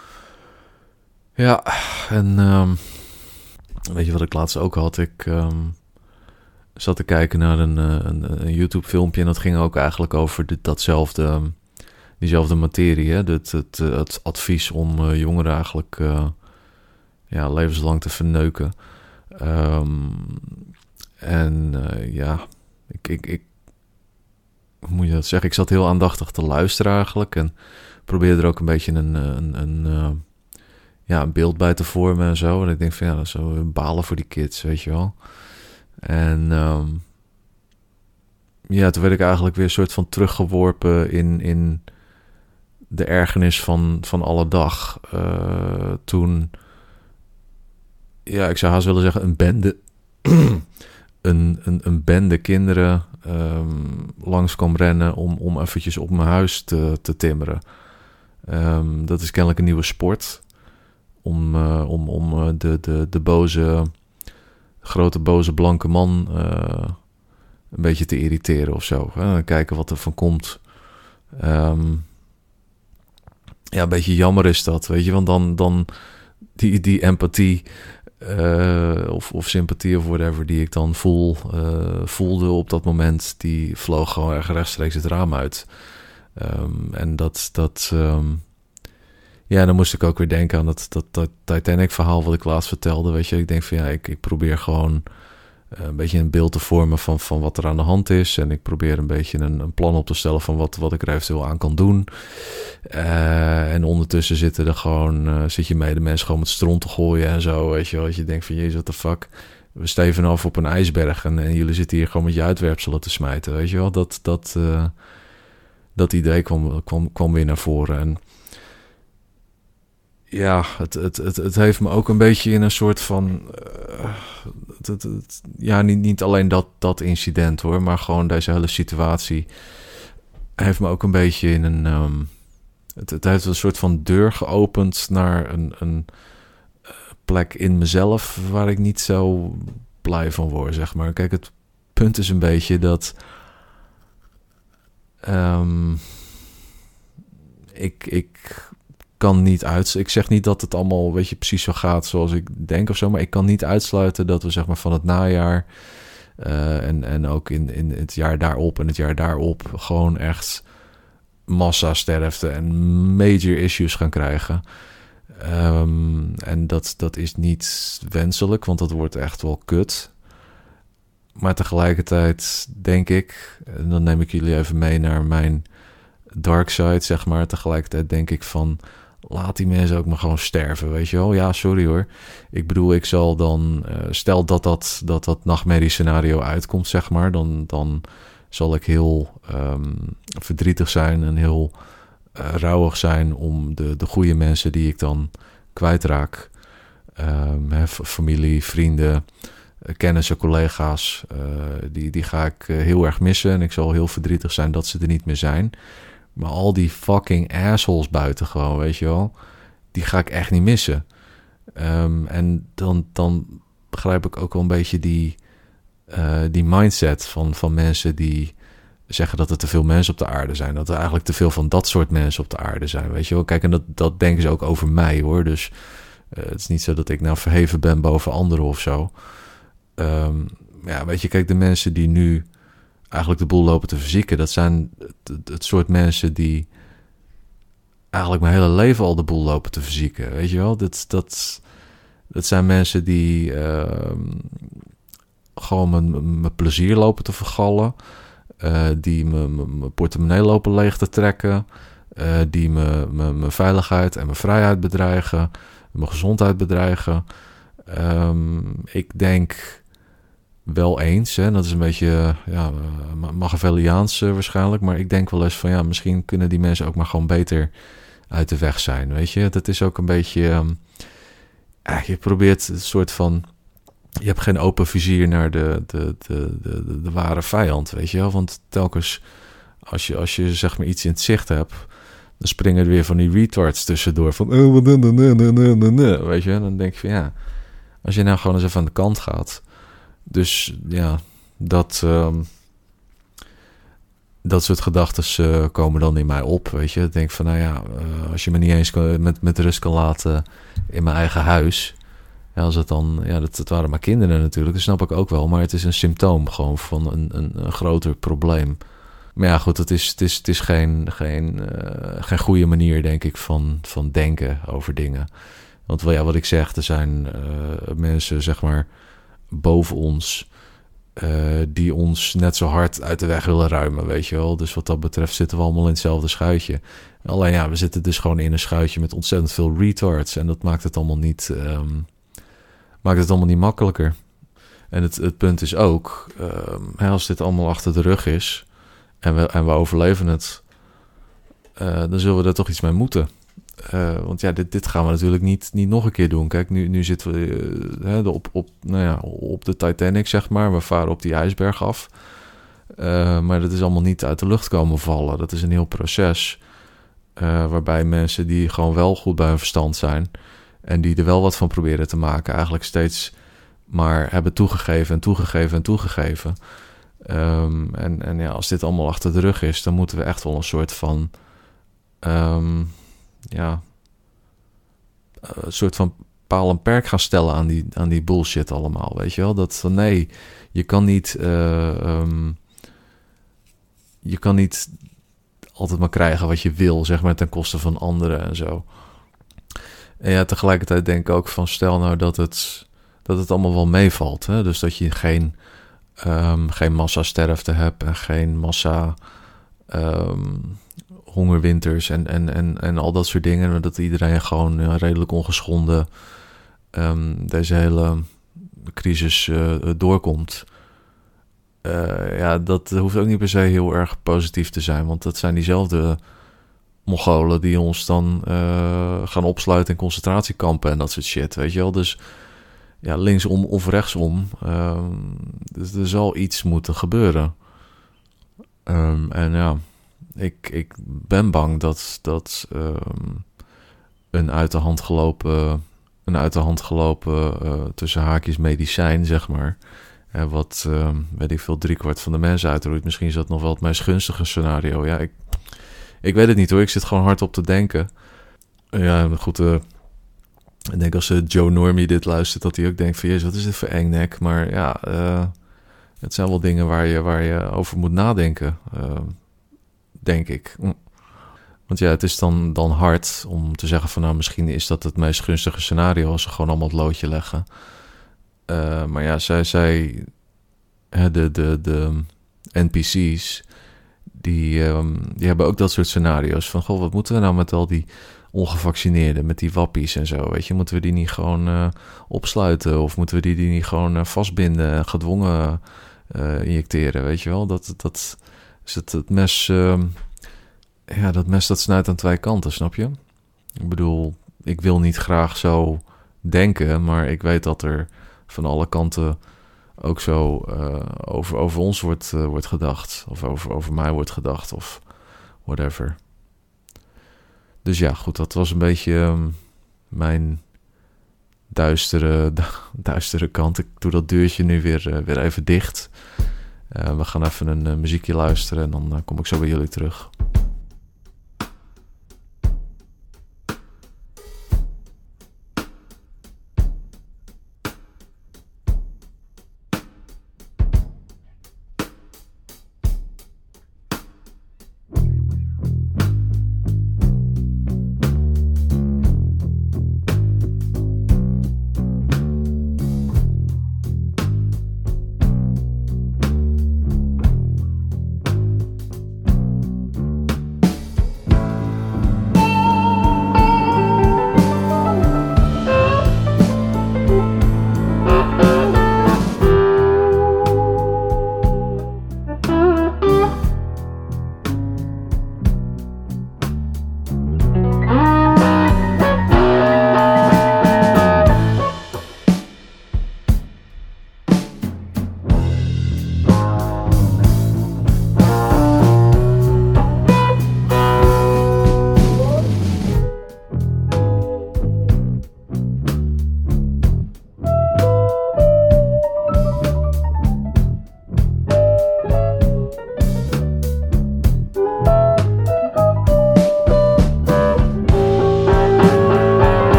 Ja, en... Um, weet je wat ik laatst ook had? Ik um, zat te kijken naar een, een, een YouTube-filmpje en dat ging ook eigenlijk over dit, datzelfde, diezelfde materie. Hè? Het, het, het advies om uh, jongeren eigenlijk uh, ja, levenslang te verneuken. Um, en uh, ja, ik, ik, ik, hoe moet je dat zeggen? Ik zat heel aandachtig te luisteren eigenlijk en probeerde er ook een beetje een... een, een uh, ja, een beeld bij te vormen en zo. En ik denk van ja, dat is zo balen voor die kids, weet je wel. En um, ja, toen werd ik eigenlijk weer een soort van teruggeworpen in, in de ergernis van, van alle dag. Uh, toen, ja, ik zou haast willen zeggen, een bende, een, een, een bende kinderen um, langs kwam rennen om, om eventjes op mijn huis te, te timmeren. Um, dat is kennelijk een nieuwe sport. Om, uh, om, om uh, de, de, de boze, grote boze blanke man uh, een beetje te irriteren of zo. Hè? Kijken wat er van komt. Um, ja, een beetje jammer is dat, weet je. Want dan, dan die, die empathie uh, of, of, of sympathie of whatever die ik dan voel, uh, voelde op dat moment, die vloog gewoon erg rechtstreeks het raam uit. Um, en dat, dat um, ja, dan moest ik ook weer denken aan dat, dat, dat Titanic-verhaal wat ik laatst vertelde. Weet je, ik denk van ja, ik, ik probeer gewoon uh, een beetje een beeld te vormen van, van wat er aan de hand is. En ik probeer een beetje een, een plan op te stellen van wat, wat ik er eventueel aan kan doen. Uh, en ondertussen zitten er gewoon, uh, zit je mee de mensen gewoon met stront te gooien en zo. Weet je wel, dat je denkt van jezus, what the fuck. We steven af op een ijsberg en, en jullie zitten hier gewoon met je uitwerpselen te smijten. Weet je wel, dat, dat, uh, dat idee kwam, kwam, kwam weer naar voren. En ja, het, het, het, het heeft me ook een beetje in een soort van Uh, het, het, het, ja, niet, niet alleen dat, dat incident hoor, maar gewoon deze hele situatie heeft me ook een beetje in een Um, het, het heeft een soort van deur geopend naar een, een plek in mezelf waar ik niet zo blij van word, zeg maar. Kijk, het punt is een beetje dat Um, ik, ik kan niet uit. Ik zeg niet dat het allemaal, weet je, precies zo gaat zoals ik denk of zo, maar ik kan niet uitsluiten dat we zeg maar van het najaar uh, en, en ook in, in het jaar daarop en het jaar daarop gewoon echt massasterfte en major issues gaan krijgen. Um, en dat, dat is niet wenselijk, want dat wordt echt wel kut. Maar tegelijkertijd denk ik, en dan neem ik jullie even mee naar mijn dark side, zeg maar. Tegelijkertijd denk ik van, laat die mensen ook maar gewoon sterven, weet je wel. Ja, sorry hoor. Ik bedoel, ik zal dan, uh, stel dat dat, dat, dat nachtmerrie scenario uitkomt, zeg maar. Dan, dan zal ik heel um, verdrietig zijn en heel uh, rouwig zijn om de, de goede mensen die ik dan kwijtraak. Um, hè, familie, vrienden, kennissen, collega's, uh, die, die ga ik uh, heel erg missen. En ik zal heel verdrietig zijn dat ze er niet meer zijn. Maar al die fucking assholes buiten gewoon, weet je wel, die ga ik echt niet missen. Um, en dan, dan begrijp ik ook wel een beetje die, uh, die mindset van, van mensen die zeggen dat er te veel mensen op de aarde zijn. Dat er eigenlijk te veel van dat soort mensen op de aarde zijn, weet je wel. Kijk, en dat, dat denken ze ook over mij, hoor. Dus uh, het is niet zo dat ik nou verheven ben boven anderen of zo. Um, ja, weet je, kijk, de mensen die nu eigenlijk de boel lopen te verzieken, dat zijn het, het soort mensen die eigenlijk mijn hele leven al de boel lopen te verzieken, weet je wel. Dat, dat, dat zijn mensen die uh, gewoon mijn, mijn plezier lopen te vergallen, uh, die mijn, mijn portemonnee lopen leeg te trekken, uh, die mijn, mijn, mijn veiligheid en mijn vrijheid bedreigen, mijn gezondheid bedreigen. Um, ik denk wel eens, hè, dat is een beetje ja, Machiavelliaans uh, waarschijnlijk, maar ik denk wel eens van ja, misschien kunnen die mensen ook maar gewoon beter uit de weg zijn, weet je. Dat is ook een beetje, um, eh, je probeert een soort van, je hebt geen open vizier naar de, de, de, de, de, de ware vijand, weet je wel, want telkens als je, als je zeg maar iets in het zicht hebt, dan springen er weer van die retards tussendoor van oh, wat nee, nee, nee, nee, nee, nee, weet je, en dan denk je van ja, als je nou gewoon eens even aan de kant gaat. Dus ja, dat, um, dat soort gedachten uh, komen dan in mij op, weet je. Ik denk van, nou ja, uh, als je me niet eens kan, met, met rust kan laten in mijn eigen huis. Ja, als het dan, ja, dat, dat waren maar kinderen natuurlijk, dat snap ik ook wel. Maar het is een symptoom gewoon van een, een, een groter probleem. Maar ja, goed, het is, het is, het is geen, geen, uh, geen goede manier, denk ik, van, van denken over dingen. Want wel, ja, wat ik zeg, er zijn uh, mensen, zeg maar, boven ons, uh, die ons net zo hard uit de weg willen ruimen, weet je wel. Dus wat dat betreft zitten we allemaal in hetzelfde schuitje. Alleen ja, we zitten dus gewoon in een schuitje met ontzettend veel retards. En dat maakt het allemaal niet, um, maakt het allemaal niet makkelijker. En het, het punt is ook, um, als dit allemaal achter de rug is en we, en we overleven het, uh, dan zullen we er toch iets mee moeten. Uh, want ja, dit, dit gaan we natuurlijk niet, niet nog een keer doen. Kijk, nu, nu zitten we uh, op, op, nou ja, op de Titanic, zeg maar. We varen op die ijsberg af. Uh, maar dat is allemaal niet uit de lucht komen vallen. Dat is een heel proces. Uh, waarbij mensen die gewoon wel goed bij hun verstand zijn en die er wel wat van proberen te maken, eigenlijk steeds maar hebben toegegeven en toegegeven en toegegeven. Um, en, en ja, als dit allemaal achter de rug is, dan moeten we echt wel een soort van Um, ja, een soort van paal en perk gaan stellen aan die, aan die bullshit allemaal, weet je wel? Dat van, nee, je kan niet... Uh, um, je kan niet altijd maar krijgen wat je wil, zeg maar, ten koste van anderen en zo. En ja, tegelijkertijd denk ik ook van, stel nou dat het, dat het allemaal wel meevalt. Hè? Dus dat je geen, um, geen massasterfte hebt en geen massa um, hongerwinters en, en, en, en al dat soort dingen. Dat iedereen gewoon ja, redelijk ongeschonden um, deze hele crisis uh, doorkomt. Uh, ja, dat hoeft ook niet per se heel erg positief te zijn. Want dat zijn diezelfde Mongolen die ons dan uh, gaan opsluiten in concentratiekampen en dat soort shit, weet je wel. Dus ja, linksom of rechtsom. Um, dus er zal iets moeten gebeuren. Um, en ja, ik, ik ben bang dat, dat um, een uit de hand gelopen, een uit de hand gelopen uh, tussen haakjes medicijn, zeg maar... Ja, wat, uh, weet ik veel, driekwart van de mensen uitroeit. Misschien is dat nog wel het meest gunstige scenario. Ja, ik, ik weet het niet hoor. Ik zit gewoon hard op te denken. Ja, goed. Uh, ik denk als uh, Joe Normie dit luistert, dat hij ook denkt van... Jezus, wat is dit voor engnek? Maar ja, uh, het zijn wel dingen waar je, waar je over moet nadenken. Uh, denk ik. Want ja, het is dan, dan hard om te zeggen van... Nou, misschien is dat het meest gunstige scenario... als ze gewoon allemaal het loodje leggen... Uh, maar ja, zij, zij de, de, de N P C's, die, um, die hebben ook dat soort scenario's van, goh, wat moeten we nou met al die ongevaccineerden, met die wappies en zo, weet je? Moeten we die niet gewoon uh, opsluiten of moeten we die, die niet gewoon uh, vastbinden en gedwongen uh, injecteren, weet je wel? Dat, dat is het, het mes, uh, ja, dat mes dat snijdt aan twee kanten, snap je? Ik bedoel, ik wil niet graag zo denken, maar ik weet dat er van alle kanten ook zo uh, over, over ons wordt, uh, wordt gedacht. Of over, over mij wordt gedacht. Of whatever. Dus ja, goed. Dat was een beetje um, mijn duistere, duistere kant. Ik doe dat deurtje nu weer, uh, weer even dicht. Uh, we gaan even een uh, muziekje luisteren. En dan uh, kom ik zo bij jullie terug.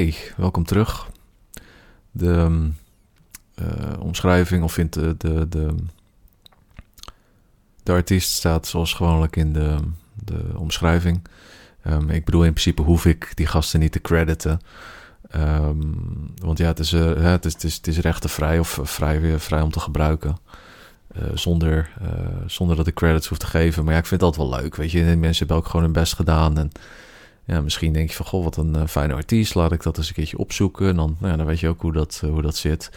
Hey, welkom terug. De uh, omschrijving of vindt de, de, de, de artiest staat zoals gewoonlijk in de, de omschrijving. Um, ik bedoel, in principe hoef ik die gasten niet te crediten. Um, want ja, het is, uh, het is, het is, het is rechtenvrij of vrij, vrij om te gebruiken. Uh, zonder, uh, zonder dat ik credits hoef te geven. Maar ja, ik vind het altijd wel leuk. Weet je, mensen hebben ook gewoon hun best gedaan. En ja, misschien denk je van, goh, wat een uh, fijne artiest. Laat ik dat eens een keertje opzoeken. En dan, nou ja, dan weet je ook hoe dat, uh, hoe dat zit.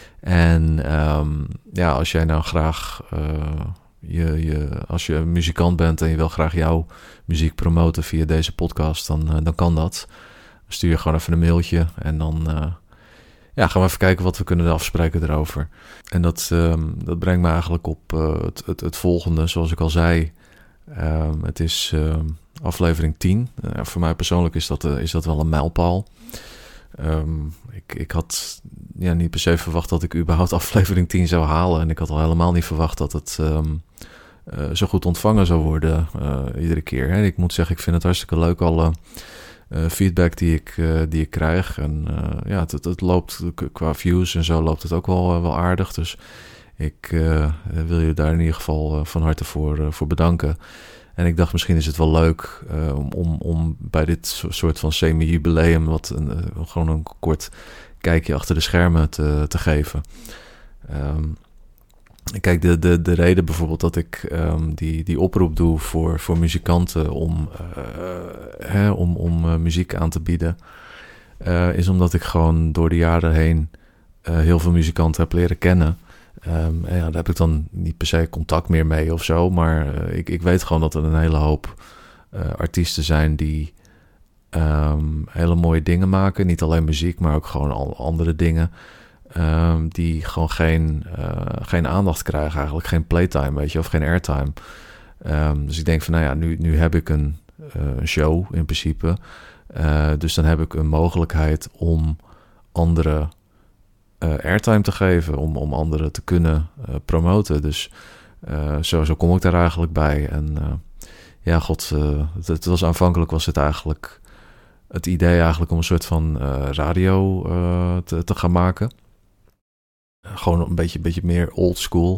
En um, ja, als jij nou graag... Uh, je, je, als je een muzikant bent en je wil graag jouw muziek promoten via deze podcast, dan, uh, dan kan dat. Dan stuur je gewoon even een mailtje. En dan uh, ja, gaan we even kijken wat we kunnen afspreken erover. En dat, um, dat brengt me eigenlijk op uh, het, het, het volgende. Zoals ik al zei, um, het is um, aflevering tien. Uh, voor mij persoonlijk is dat, uh, is dat wel een mijlpaal. Um, ik, ik had ja, niet per se verwacht dat ik überhaupt aflevering tien zou halen. En ik had al helemaal niet verwacht dat het um, uh, zo goed ontvangen zou worden uh, iedere keer. Hè. Ik moet zeggen, ik vind het hartstikke leuk alle uh, feedback die ik, uh, die ik krijg. En uh, ja, het, het, het loopt qua views en zo loopt het ook wel, uh, wel aardig. Dus ik uh, wil je daar in ieder geval uh, van harte voor, uh, voor bedanken. En ik dacht, misschien is het wel leuk uh, om, om, om bij dit soort van semi-jubileum wat een, uh, gewoon een kort kijkje achter de schermen te, te geven. Um, kijk, de, de, de reden bijvoorbeeld dat ik um, die, die oproep doe voor, voor muzikanten om, uh, hè, om, om uh, muziek aan te bieden, uh, is omdat ik gewoon door de jaren heen uh, heel veel muzikanten heb leren kennen. Um, en ja, daar heb ik dan niet per se contact meer mee of zo. Maar uh, ik, ik weet gewoon dat er een hele hoop uh, artiesten zijn die um, hele mooie dingen maken. Niet alleen muziek, maar ook gewoon al andere dingen. Um, die gewoon geen, uh, geen aandacht krijgen eigenlijk. Geen playtime, weet je, of geen airtime. Um, dus ik denk van, nou ja, nu, nu heb ik een, uh, een show in principe. Uh, dus dan heb ik een mogelijkheid om andere Uh, airtime te geven, om, om anderen te kunnen uh, promoten. Dus uh, zo, zo kom ik daar eigenlijk bij. En uh, ja, god, uh, het, het was aanvankelijk was het eigenlijk het idee eigenlijk om een soort van uh, radio uh, te, te gaan maken. Uh, gewoon een beetje, beetje meer old school.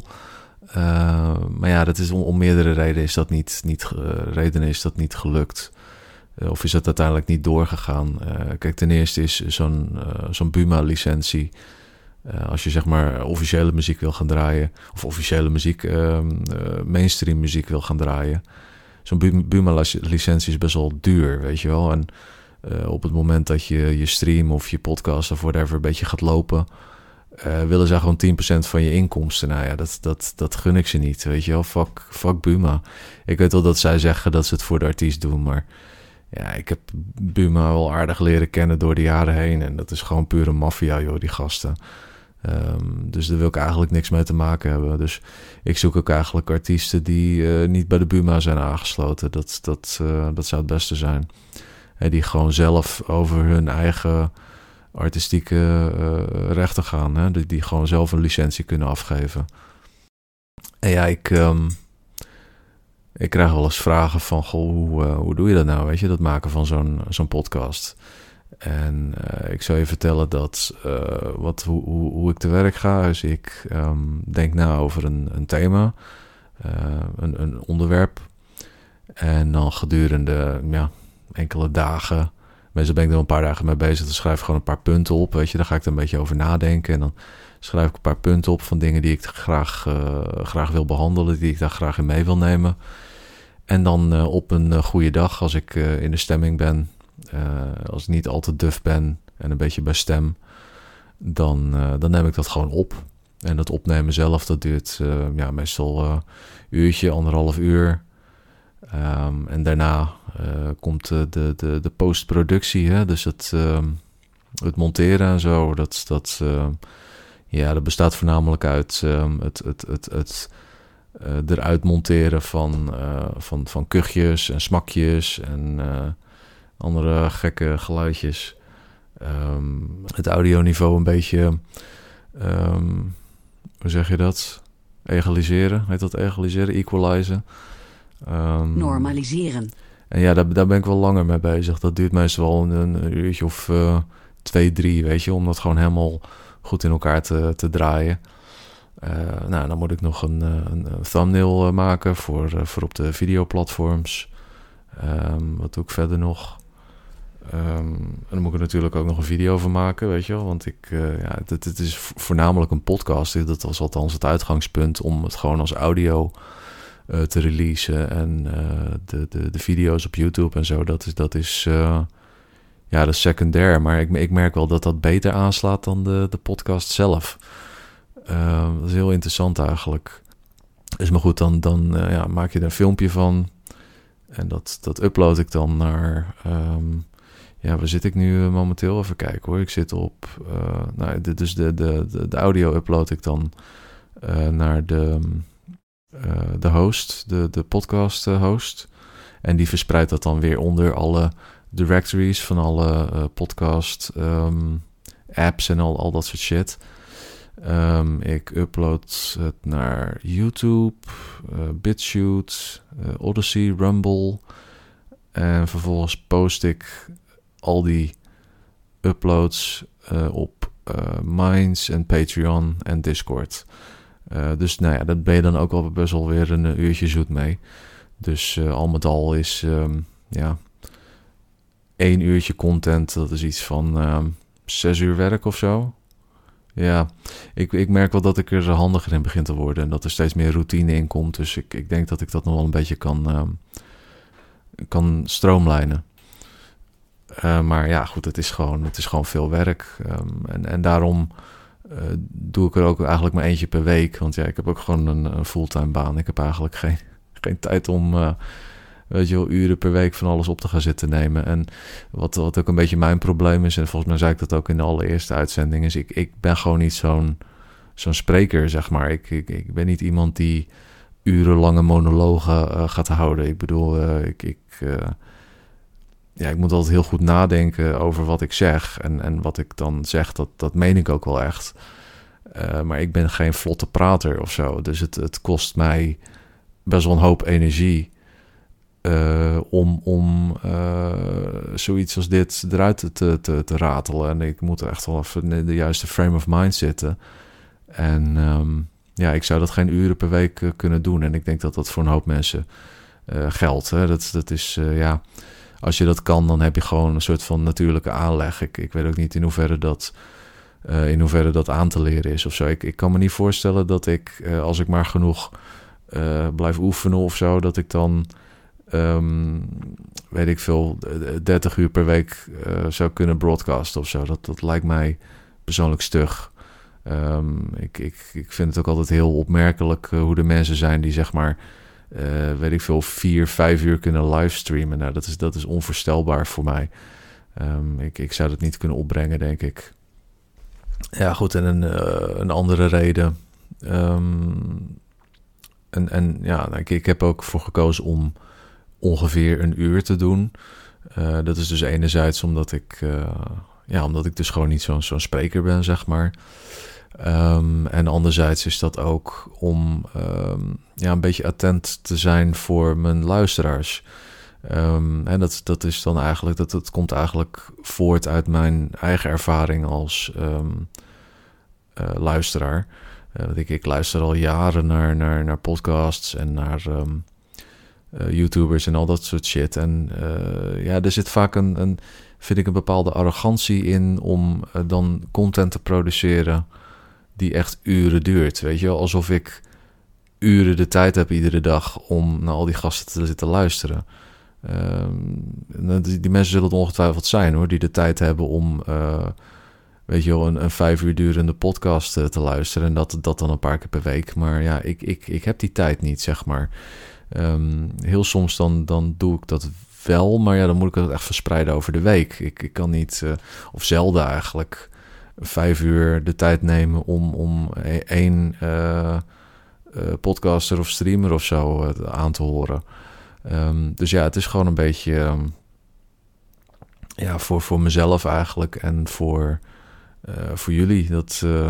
Uh, maar ja, dat is om, om meerdere redenen is dat niet, niet, uh, redenen is dat niet gelukt. Uh, of is dat uiteindelijk niet doorgegaan. Uh, kijk, ten eerste is zo'n, uh, zo'n Buma-licentie. Uh, als je zeg maar officiële muziek wil gaan draaien, of officiële muziek, uh, uh, mainstream muziek wil gaan draaien. Zo'n Buma-licentie is best wel duur, weet je wel. En uh, op het moment dat je je stream of je podcast of whatever een beetje gaat lopen, uh, willen ze gewoon tien procent van je inkomsten. Nou ja, dat, dat, dat gun ik ze niet, weet je wel. Fuck, fuck Buma. Ik weet wel dat zij zeggen dat ze het voor de artiest doen, maar ja, ik heb Buma wel aardig leren kennen door de jaren heen. En dat is gewoon pure maffia, joh, die gasten. Um, dus daar wil ik eigenlijk niks mee te maken hebben. Dus ik zoek ook eigenlijk artiesten die uh, niet bij de Buma zijn aangesloten. Dat, dat, uh, dat zou het beste zijn. En die gewoon zelf over hun eigen artistieke uh, rechten gaan. Hè? Die, die gewoon zelf een licentie kunnen afgeven. En ja, ik, um, ik krijg wel eens vragen van, goh, hoe, uh, hoe doe je dat nou? Weet je, dat maken van zo'n, zo'n podcast. En uh, ik zou je vertellen dat uh, wat, hoe, hoe, hoe ik te werk ga. Dus ik um, denk na over een, een thema, uh, een, een onderwerp. En dan gedurende ja, enkele dagen, meestal ben ik er een paar dagen mee bezig. Dan schrijf ik gewoon een paar punten op, weet je. Daar ga ik er een beetje over nadenken. En dan schrijf ik een paar punten op van dingen die ik graag, uh, graag wil behandelen. Die ik daar graag in mee wil nemen. En dan uh, op een uh, goede dag, als ik uh, in de stemming ben, Uh, als ik niet al te duf ben en een beetje bij stem, dan, uh, dan neem ik dat gewoon op. En dat opnemen zelf, dat duurt uh, ja, meestal een uh, uurtje, anderhalf uur. Um, en daarna uh, komt uh, de, de, de postproductie, hè? Dus het, uh, het monteren en zo. Dat, dat, uh, ja, dat bestaat voornamelijk uit uh, het, het, het, het uh, eruit monteren van, uh, van, van kuchjes en smakjes en Uh, andere gekke geluidjes. Um, het audioniveau een beetje, um, hoe zeg je dat? Egaliseren, heet dat egaliseren? Equalizen. Um, Normaliseren. En ja, daar, daar ben ik wel langer mee bezig. Dat duurt meestal wel een, een uurtje of uh, twee, drie, weet je, om dat gewoon helemaal goed in elkaar te, te draaien. Uh, nou, dan moet ik nog een, een, een thumbnail maken voor, uh, voor op de videoplatforms. Um, wat doe ik verder nog? Um, en dan moet ik er natuurlijk ook nog een video van maken, weet je wel. Want ik, uh, ja, het, het is voornamelijk een podcast. Dat was althans het uitgangspunt om het gewoon als audio uh, te releasen. En uh, de, de, de video's op YouTube en zo, dat is, dat is, uh, ja, dat is secundair. Maar ik, ik merk wel dat dat beter aanslaat dan de, de podcast zelf. Uh, dat is heel interessant eigenlijk. Dus maar goed, dan, dan uh, ja, maak je er een filmpje van. En dat, dat upload ik dan naar... Um, ja, waar zit ik nu momenteel? Even kijken hoor. Ik zit op... Uh, nou, de, dus de, de, de, de audio upload ik dan uh, naar de, uh, de host, de, de podcast host. En die verspreidt dat dan weer onder alle directories van alle uh, podcast um, apps en al, al dat soort shit. Um, ik upload het naar YouTube, uh, BitChute, uh, Odyssey, Rumble. En vervolgens post ik al die uploads uh, op uh, Minds en Patreon en Discord. Uh, dus nou ja, dat ben je dan ook al best wel weer een uurtje zoet mee. Dus uh, al met al is um, ja, één uurtje content, dat is iets van um, zes uur werk of zo. Ja, ik, ik merk wel dat ik er handiger in begin te worden en dat er steeds meer routine in komt. Dus ik, ik denk dat ik dat nog wel een beetje kan, um, kan stroomlijnen. Uh, maar ja, goed, het is gewoon, het is gewoon veel werk. Um, en, en daarom uh, doe ik er ook eigenlijk maar eentje per week. Want ja, ik heb ook gewoon een, een fulltime baan. Ik heb eigenlijk geen, geen tijd om, uh, weet je wel, uren per week van alles op te gaan zitten nemen. En wat, wat ook een beetje mijn probleem is, en volgens mij zei ik dat ook in de allereerste uitzending, is ik, ik ben gewoon niet zo'n, zo'n spreker, zeg maar. Ik, ik, ik ben niet iemand die urenlange monologen uh, gaat houden. Ik bedoel, uh, ik... ik uh, Ja, ik moet altijd heel goed nadenken over wat ik zeg. En, en wat ik dan zeg, dat, dat meen ik ook wel echt. Uh, maar ik ben geen vlotte prater of zo. Dus het, het kost mij best wel een hoop energie uh, om, om uh, zoiets als dit eruit te, te, te ratelen. En ik moet echt wel even in de juiste frame of mind zitten. En um, ja, ik zou dat geen uren per week uh, kunnen doen. En ik denk dat dat voor een hoop mensen uh, geldt. Hè? Dat, dat is, uh, ja... Als je dat kan, dan heb je gewoon een soort van natuurlijke aanleg. Ik, ik weet ook niet in hoeverre dat, uh, in hoeverre dat aan te leren is of zo. Ik, ik kan me niet voorstellen dat ik, uh, als ik maar genoeg uh, blijf oefenen of zo, dat ik dan, um, weet ik veel, dertig uur per week uh, zou kunnen broadcasten of zo. Dat, dat lijkt mij persoonlijk stug. Um, ik, ik, ik vind het ook altijd heel opmerkelijk uh, hoe de mensen zijn die, zeg maar, Uh, weet ik veel, vier, vijf uur kunnen livestreamen. Nou, dat is, dat is onvoorstelbaar voor mij. Um, ik, ik zou dat niet kunnen opbrengen, denk ik. Ja, goed, en een, uh, een andere reden. Um, en, en ja, ik, ik heb ook voor gekozen om ongeveer een uur te doen. Uh, dat is dus enerzijds omdat ik, uh, ja, omdat ik dus gewoon niet zo'n, zo'n spreker ben, zeg maar. Um, en anderzijds is dat ook om um, ja, een beetje attent te zijn voor mijn luisteraars. Um, en dat, dat is dan eigenlijk, dat, dat komt eigenlijk voort uit mijn eigen ervaring als um, uh, luisteraar. Uh, ik, ik luister al jaren naar, naar, naar podcasts en naar um, uh, YouTubers en al dat soort shit. En uh, ja, er zit vaak een, een, vind ik, een bepaalde arrogantie in om uh, dan content te produceren die echt uren duurt, weet je wel. Alsof ik uren de tijd heb iedere dag om naar al die gasten te zitten luisteren. Uh, die, die mensen zullen het ongetwijfeld zijn, hoor, die de tijd hebben om, uh, weet je wel, een, een vijf uur durende podcast uh, te luisteren. En dat, dat dan een paar keer per week. Maar ja, ik, ik, ik heb die tijd niet, zeg maar. Um, heel soms dan, dan doe ik dat wel, maar ja, dan moet ik het echt verspreiden over de week. Ik, ik kan niet, uh, of zelden eigenlijk, vijf uur de tijd nemen om, om één uh, uh, podcaster of streamer of zo uh, aan te horen. Um, dus ja, het is gewoon een beetje um, ja, voor, voor mezelf eigenlijk en voor, uh, voor jullie. Dat uh,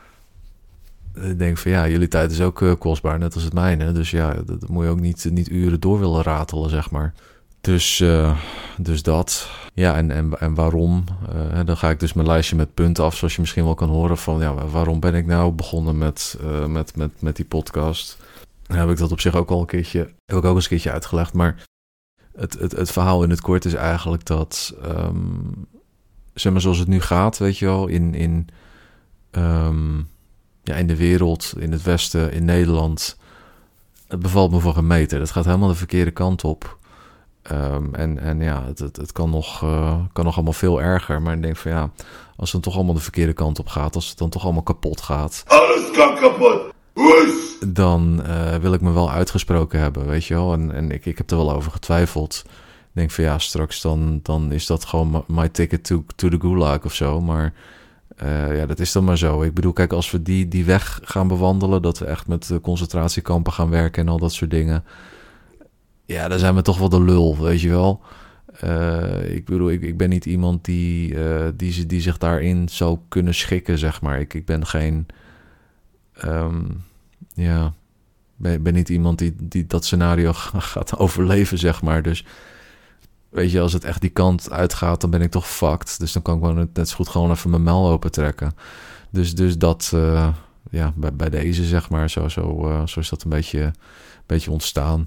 ik denk van ja, jullie tijd is ook uh, kostbaar, net als het mijne. Dus ja, dat, dat moet je ook niet, niet uren door willen ratelen, zeg maar. Dus, uh, dus dat. Ja, en, en, en waarom? Uh, dan ga ik dus mijn lijstje met punten af, zoals je misschien wel kan horen. Van ja, waarom ben ik nou begonnen met, uh, met, met, met die podcast? Dan heb ik dat op zich ook al een keertje, heb ik ook eens een keertje uitgelegd. Maar het, het, het verhaal in het kort is eigenlijk dat, um, zeg maar zoals het nu gaat, weet je wel, in, in, um, ja, in de wereld, in het Westen, in Nederland. Het bevalt me voor een meter. Dat gaat helemaal de verkeerde kant op. Um, en, en ja, het, het, het kan, nog, uh, kan nog allemaal veel erger. Maar ik denk van ja, als het dan toch allemaal de verkeerde kant op gaat, als het dan toch allemaal kapot gaat. Alles kan kapot! Woes! Dan uh, wil ik me wel uitgesproken hebben, weet je wel. En, en ik, ik heb er wel over getwijfeld. Ik denk van ja, straks dan, dan is dat gewoon my ticket to, to the gulag of zo. Maar uh, ja, dat is dan maar zo. Ik bedoel, kijk, als we die, die weg gaan bewandelen, dat we echt met concentratiekampen gaan werken en al dat soort dingen. Ja, dan zijn we toch wel de lul, weet je wel. Uh, ik bedoel, ik, ik ben niet iemand die, uh, die, die zich daarin zou kunnen schikken, zeg maar. Ik, ik ben geen... Um, ja, ben, ben niet iemand die, die dat scenario gaat overleven, zeg maar. Dus weet je, als het echt die kant uitgaat, dan ben ik toch fucked. Dus dan kan ik gewoon net zo goed gewoon even mijn mel open trekken. Dus, dus dat, uh, ja, bij, bij deze, zeg maar, zo, zo, uh, zo is dat een beetje, een beetje ontstaan.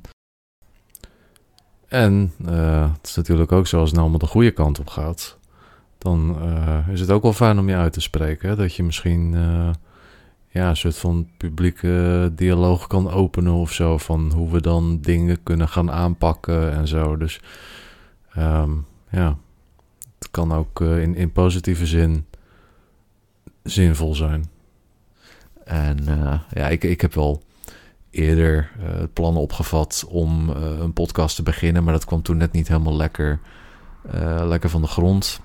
En uh, het is natuurlijk ook zo, als het nou allemaal de goede kant op gaat, dan uh, is het ook wel fijn om je uit te spreken. Hè? Dat je misschien uh, ja, een soort van publieke dialoog kan openen of zo, van hoe we dan dingen kunnen gaan aanpakken en zo. Dus um, ja, het kan ook uh, in, in positieve zin zinvol zijn. En uh, ja, ik, ik heb wel eerder uh, het plan opgevat om uh, een podcast te beginnen, maar dat kwam toen net niet helemaal lekker, uh, lekker van de grond.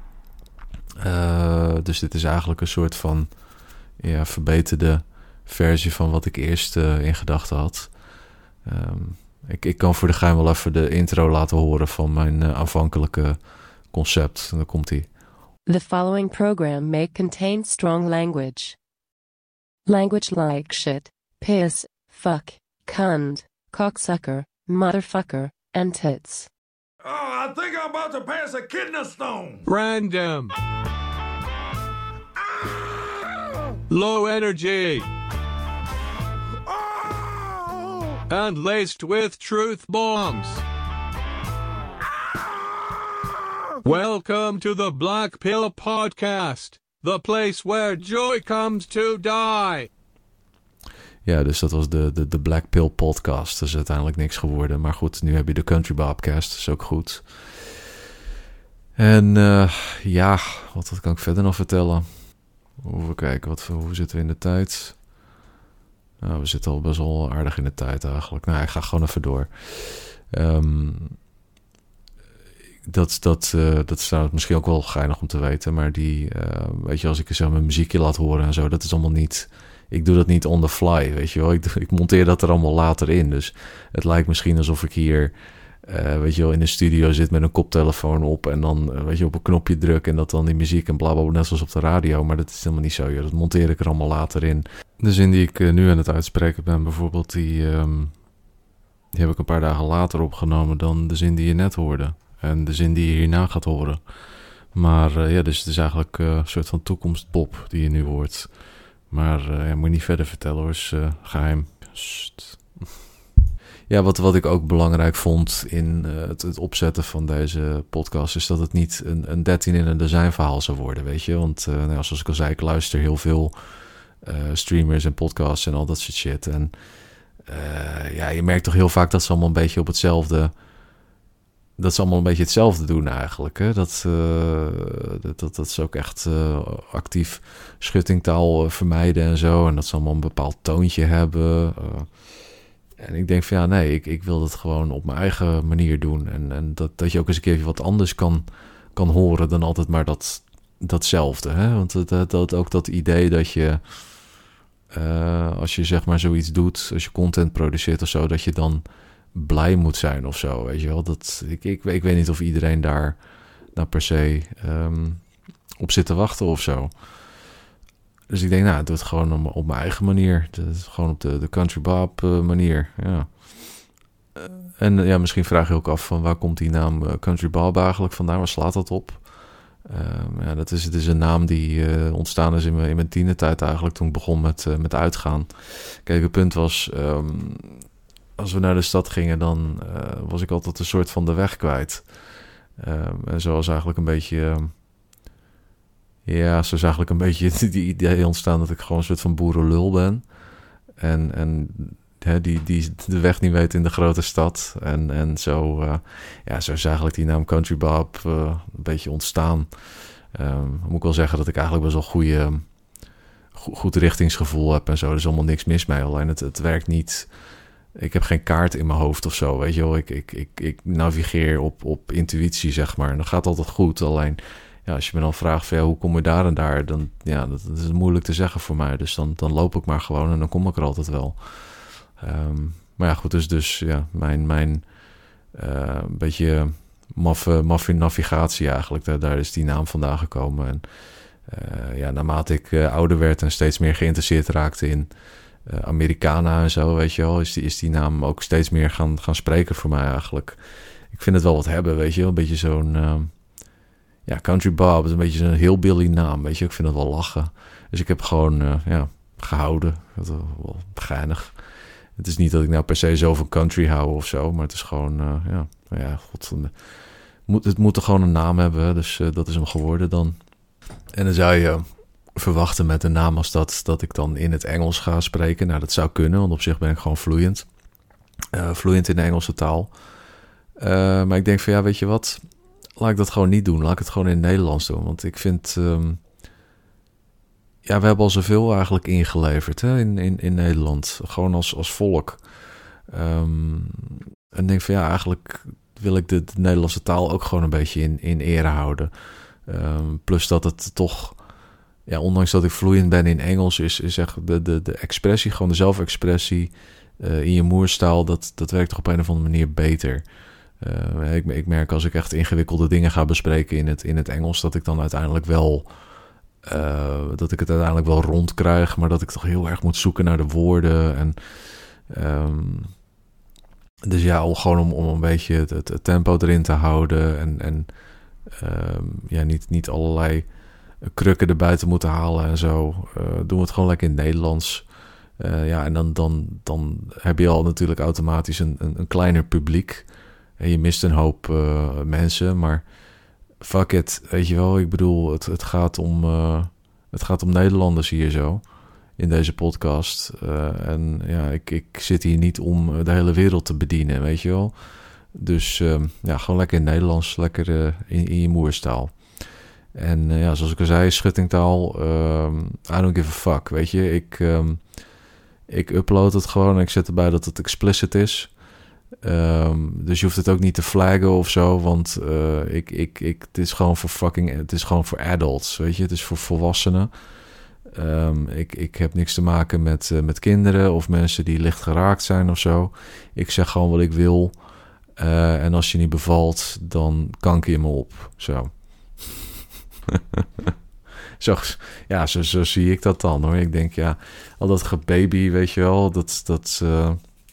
Uh, dus dit is eigenlijk een soort van ja, verbeterde versie van wat ik eerst uh, in gedachten had. Um, ik, ik kan voor de gein wel even de intro laten horen van mijn uh, aanvankelijke concept. En dan komt ie. The following program may contain strong language. Language like shit, piss, fuck, cunt, cocksucker, motherfucker, and tits. Oh, I think I'm about to pass a kidney stone. Random. Low energy. Oh! And laced with truth bombs. Welcome to the Black Pill Podcast. The place where joy comes to die. Ja, dus dat was de, de, de Black Pill Podcast. Dat is uiteindelijk niks geworden. Maar goed, nu heb je de Country Bobcast. Dat is ook goed. En uh, ja, wat, wat kan ik verder nog vertellen? Even kijken, wat, hoe zitten we in de tijd? Nou, we zitten al best wel aardig in de tijd eigenlijk. Nou, ik ga gewoon even door. Um, dat, dat, uh, dat is nou misschien ook wel geinig om te weten. Maar die, uh, weet je, als ik zo mijn muziekje laat horen en zo, dat is allemaal niet... Ik doe dat niet on the fly, weet je wel. Ik, ik monteer dat er allemaal later in. Dus het lijkt misschien alsof ik hier, uh, weet je wel, in een studio zit met een koptelefoon op en dan, uh, weet je, op een knopje druk en dat dan die muziek en blablabla, net zoals op de radio. Maar dat is helemaal niet zo, joh. Dat monteer ik er allemaal later in. De zin die ik uh, nu aan het uitspreken ben, bijvoorbeeld, die, um, die heb ik een paar dagen later opgenomen dan de zin die je net hoorde. En de zin die je hierna gaat horen. Maar uh, ja, dus het is eigenlijk uh, een soort van toekomstpop die je nu hoort. Maar uh, ja, moet je niet verder vertellen hoor, is uh, geheim. Sst. Ja, wat, wat ik ook belangrijk vond in uh, het, het opzetten van deze podcast... is dat het niet een, een dertien in een dozijn verhaal zou worden, weet je. Want uh, nou, zoals ik al zei, ik luister heel veel uh, streamers en podcasts en al dat soort shit. En uh, ja, je merkt toch heel vaak dat ze allemaal een beetje op hetzelfde... dat ze allemaal een beetje hetzelfde doen eigenlijk. Hè? Dat, uh, dat, dat, dat ze ook echt uh, actief schuttingtaal uh, vermijden en zo. En dat ze allemaal een bepaald toontje hebben. Uh, en ik denk van ja, nee, ik, ik wil dat gewoon op mijn eigen manier doen. En, en dat, dat je ook eens een keertje wat anders kan, kan horen dan altijd maar dat, datzelfde. Hè? Want dat, dat, ook dat idee dat je, uh, als je zeg maar zoiets doet, als je content produceert of zo, dat je dan blij moet zijn of zo, weet je wel. Dat, ik, ik, ik weet niet of iedereen daar nou per se um, op zit te wachten of zo. Dus ik denk, nou, ik doe het gewoon op, op mijn eigen manier. Dus gewoon op de, de Country Bob uh, manier, ja. en ja, misschien vraag je ook af van waar komt die naam uh, Country Bob eigenlijk vandaan? Waar slaat dat op? Uh, ja, dat is, het is een naam die uh, ontstaan is in mijn, in mijn tienertijd eigenlijk, toen ik begon met, uh, met uitgaan. Kijk, het punt was, um, als we naar de stad gingen, dan uh, was ik altijd een soort van de weg kwijt. Um, en zo was eigenlijk een beetje... Um, ja, zo is eigenlijk een beetje die idee ontstaan dat ik gewoon een soort van boerenlul ben. En... en He, die, die de weg niet weet in de grote stad. En, en zo, uh, ja, zo is eigenlijk die naam Country Bob uh, een beetje ontstaan. Um, moet ik wel zeggen dat ik eigenlijk best wel goede, go- goed richtingsgevoel heb en zo. Er is allemaal niks mis mee. Alleen het, het werkt niet. Ik heb geen kaart in mijn hoofd of zo. Weet je wel, ik, ik, ik, ik navigeer op, op intuïtie, zeg maar. En dat gaat altijd goed. Alleen ja, als je me dan vraagt van, ja, hoe kom je daar en daar? Dan, ja, dat, dat is moeilijk te zeggen voor mij. Dus dan, dan loop ik maar gewoon en dan kom ik er altijd wel. Um, maar ja, goed, dus, dus ja, mijn, mijn uh, beetje maffe, maffe navigatie eigenlijk, daar, daar is die naam vandaan gekomen. En uh, ja, naarmate ik uh, ouder werd en steeds meer geïnteresseerd raakte in uh, Americana en zo, weet je wel, is die, is die naam ook steeds meer gaan, gaan spreken voor mij eigenlijk. Ik vind het wel wat hebben, weet je wel, een beetje zo'n, uh, ja, Country Bob is een beetje zo'n hillbilly naam, weet je, ik vind het wel lachen. Dus ik heb gewoon, uh, ja, gehouden, dat is wel geinig. Het is niet dat ik nou per se zo van country hou of zo, maar het is gewoon, uh, ja, nou ja, god, moet, het moet er gewoon een naam hebben, dus uh, dat is hem geworden dan. En dan zou je verwachten met een naam als dat, dat ik dan in het Engels ga spreken. Nou, dat zou kunnen, want op zich ben ik gewoon vloeiend. Uh, vloeiend in de Engelse taal. Uh, maar ik denk van, ja, weet je wat, laat ik dat gewoon niet doen. Laat ik het gewoon in het Nederlands doen, want ik vind... Um, Ja, we hebben al zoveel eigenlijk ingeleverd hè, in, in, in Nederland. Gewoon als, als volk. Um, en ik denk van ja, eigenlijk wil ik de, de Nederlandse taal ook gewoon een beetje in, in ere houden. Um, plus dat het toch, ja, ondanks dat ik vloeiend ben in Engels, is, is echt de, de, de expressie, gewoon de zelfexpressie uh, in je moerstaal, dat, dat werkt toch op een of andere manier beter. Uh, ik, ik merk als ik echt ingewikkelde dingen ga bespreken in het, in het Engels, dat ik dan uiteindelijk wel... Uh, dat ik het uiteindelijk wel rond krijg, maar dat ik toch heel erg moet zoeken naar de woorden. En, um, dus ja, al gewoon om, om een beetje het, het, het tempo erin te houden. En, en um, ja, niet, niet allerlei krukken erbij te moeten halen en zo. Uh, doen we het gewoon lekker in het Nederlands. Uh, ja, en dan, dan, dan heb je al natuurlijk automatisch een, een, een kleiner publiek. En je mist een hoop uh, mensen, maar... Fuck it, weet je wel. Ik bedoel, het, het, gaat om, uh, het gaat om Nederlanders hier zo. In deze podcast. Uh, en ja, ik, ik zit hier niet om de hele wereld te bedienen, weet je wel. Dus uh, ja, gewoon lekker in Nederlands. Lekker uh, in, in je moerstaal. En uh, ja, zoals ik al zei, schuttingtaal. Uh, I don't give a fuck, weet je. Ik, um, ik upload het gewoon en ik zet erbij dat het explicit is. Um, dus je hoeft het ook niet te flaggen of zo, want uh, ik, ik, ik, het is gewoon voor fucking, het is gewoon voor adults, weet je, het is voor volwassenen. Um, ik, ik heb niks te maken met, uh, met kinderen of mensen die licht geraakt zijn of zo. Ik zeg gewoon wat ik wil. Uh, en als je niet bevalt, dan kanker je me op, zo. Zo, ja, zo, zo zie ik dat dan, hoor. Ik denk, ja, al dat gebaby, weet je wel, dat... dat uh,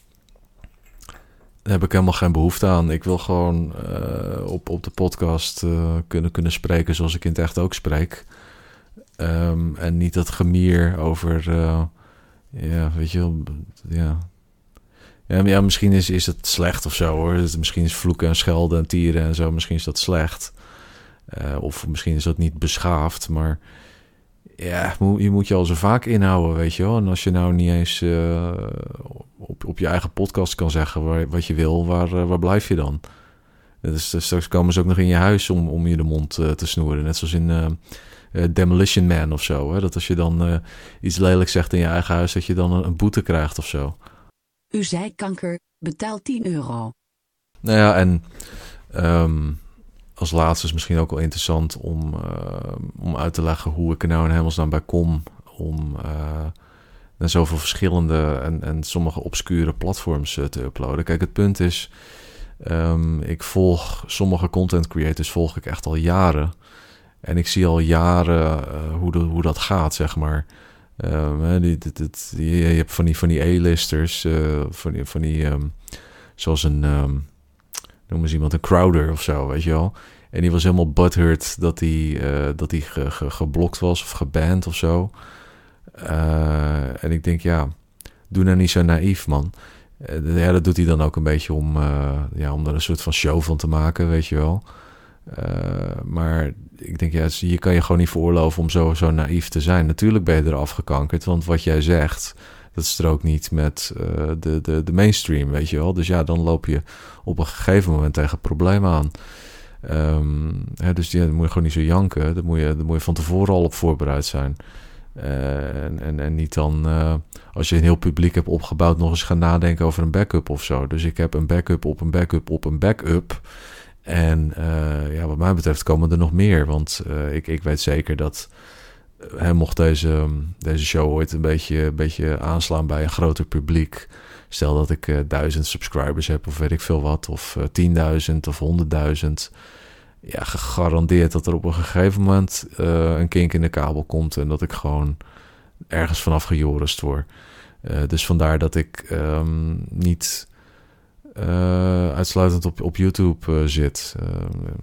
daar heb ik helemaal geen behoefte aan. Ik wil gewoon uh, op, op de podcast uh, kunnen, kunnen spreken zoals ik in het echt ook spreek. Um, en niet dat gemier over... Uh, ja, weet je wel... Ja, ja, ja misschien is, is het slecht of zo, hoor. Misschien is vloeken en schelden en tieren en zo... Misschien is dat slecht. Uh, of misschien is dat niet beschaafd, maar... Ja, je moet je al zo vaak inhouden, weet je wel. En als je nou niet eens uh, op, op je eigen podcast kan zeggen waar, wat je wil, waar, uh, waar blijf je dan? Dus, dus straks komen ze ook nog in je huis om, om je de mond uh, te snoeren. Net zoals in uh, uh, Demolition Man of zo. Hè? Dat als je dan uh, iets lelijks zegt in je eigen huis, dat je dan een, een boete krijgt of zo. U zei kanker, betaal tien euro. Nou ja, en... Um, als laatste is misschien ook wel interessant om, uh, om uit te leggen hoe ik er nou in hemelsnaam bij kom om uh, naar zoveel verschillende en, en sommige obscure platforms uh, te uploaden. Kijk, het punt is, um, ik volg sommige content creators volg ik echt al jaren. En ik zie al jaren uh, hoe, de, hoe dat gaat, zeg maar. Um, die, die, die, die, je hebt van die, van die A-listers, uh, van die... Van die um, zoals een, um, noem eens iemand, een Crowder of zo, weet je wel. En die was helemaal butthurt dat hij uh, dat hij ge, ge, geblokt was of geband of zo. Uh, en ik denk, ja, doe nou niet zo naïef, man. Uh, ja, dat doet hij dan ook een beetje om, uh, ja, om er een soort van show van te maken, weet je wel. Uh, maar ik denk, ja, je kan je gewoon niet veroorloven om zo, zo naïef te zijn. Natuurlijk ben je er afgekankerd, want wat jij zegt, dat strookt niet met uh, de, de, de mainstream, weet je wel. Dus ja, dan loop je op een gegeven moment tegen problemen aan. Um, hè, dus ja, dan moet je gewoon niet zo janken. Dan moet je, dan moet je van tevoren al op voorbereid zijn. Uh, en, en, en niet dan, uh, als je een heel publiek hebt opgebouwd, nog eens gaan nadenken over een backup of zo. Dus ik heb een backup op een backup op een backup. En uh, ja, wat mij betreft komen er nog meer. Want uh, ik, ik weet zeker dat, uh, mocht deze, deze show ooit een beetje, een beetje aanslaan bij een groter publiek. Stel dat ik uh, duizend subscribers heb of weet ik veel wat. Of uh, tienduizend of honderdduizend. Ja, gegarandeerd dat er op een gegeven moment uh, een kink in de kabel komt. En dat ik gewoon ergens vanaf gejorist word. Uh, dus vandaar dat ik um, niet uh, uitsluitend op, op YouTube uh, zit. Uh,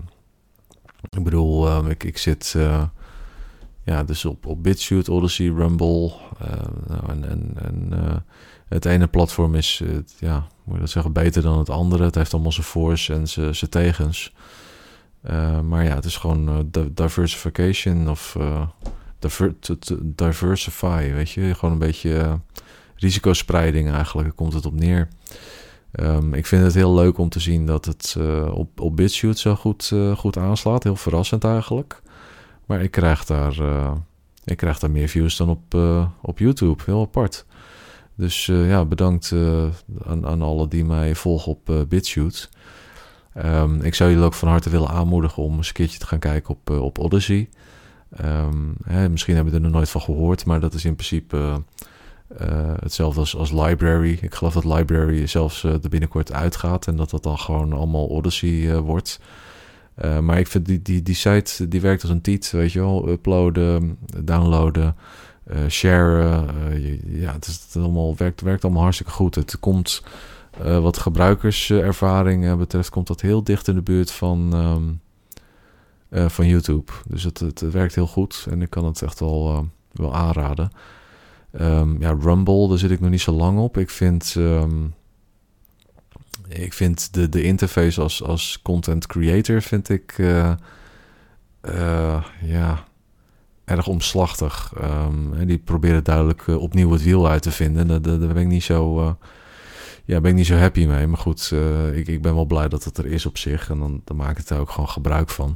ik bedoel, uh, ik, ik zit uh, ja, dus op, op BitChute, Odyssey, Rumble. Uh, nou, en en, en uh, het ene platform is, uh, ja, moet je dat zeggen, beter dan het andere. Het heeft allemaal zijn voor's en zijn, zijn tegens. Uh, maar ja, het is gewoon uh, diversification of uh, diver- to, to diversify, weet je. Gewoon een beetje uh, risicospreiding eigenlijk, daar komt het op neer. Um, ik vind het heel leuk om te zien dat het uh, op, op BitChute zo goed, uh, goed aanslaat. Heel verrassend eigenlijk. Maar ik krijg daar, uh, ik krijg daar meer views dan op, uh, op YouTube. Heel apart. Dus uh, ja, bedankt uh, aan, aan alle die mij volgen op uh, BitChute. Um, ik zou jullie ook van harte willen aanmoedigen om eens een keertje te gaan kijken op, uh, op Odyssey. Um, hè, misschien hebben we er nog nooit van gehoord, maar dat is in principe uh, uh, hetzelfde als, als Library. Ik geloof dat Library zelfs uh, er binnenkort uitgaat en dat dat dan gewoon allemaal Odyssey uh, wordt. Uh, maar ik vind die, die, die site, die werkt als een tiet, weet je wel. Uploaden, downloaden, uh, sharen. Uh, ja, het, is, het allemaal, werkt, werkt allemaal hartstikke goed. Het komt... Uh, wat gebruikerservaring uh, betreft, komt dat heel dicht in de buurt van, um, uh, van YouTube. Dus het, het werkt heel goed en ik kan het echt wel, uh, wel aanraden. Um, ja, Rumble, daar zit ik nog niet zo lang op. Ik vind, um, ik vind de, de interface als, als content creator vind ik uh, uh, ja, erg omslachtig. Um, en die proberen duidelijk uh, opnieuw het wiel uit te vinden. Daar, daar ben ik niet zo... Uh, Ja, ben ik niet zo happy mee. Maar goed, uh, ik, ik ben wel blij dat het er is op zich. En dan, dan maak ik er ook gewoon gebruik van.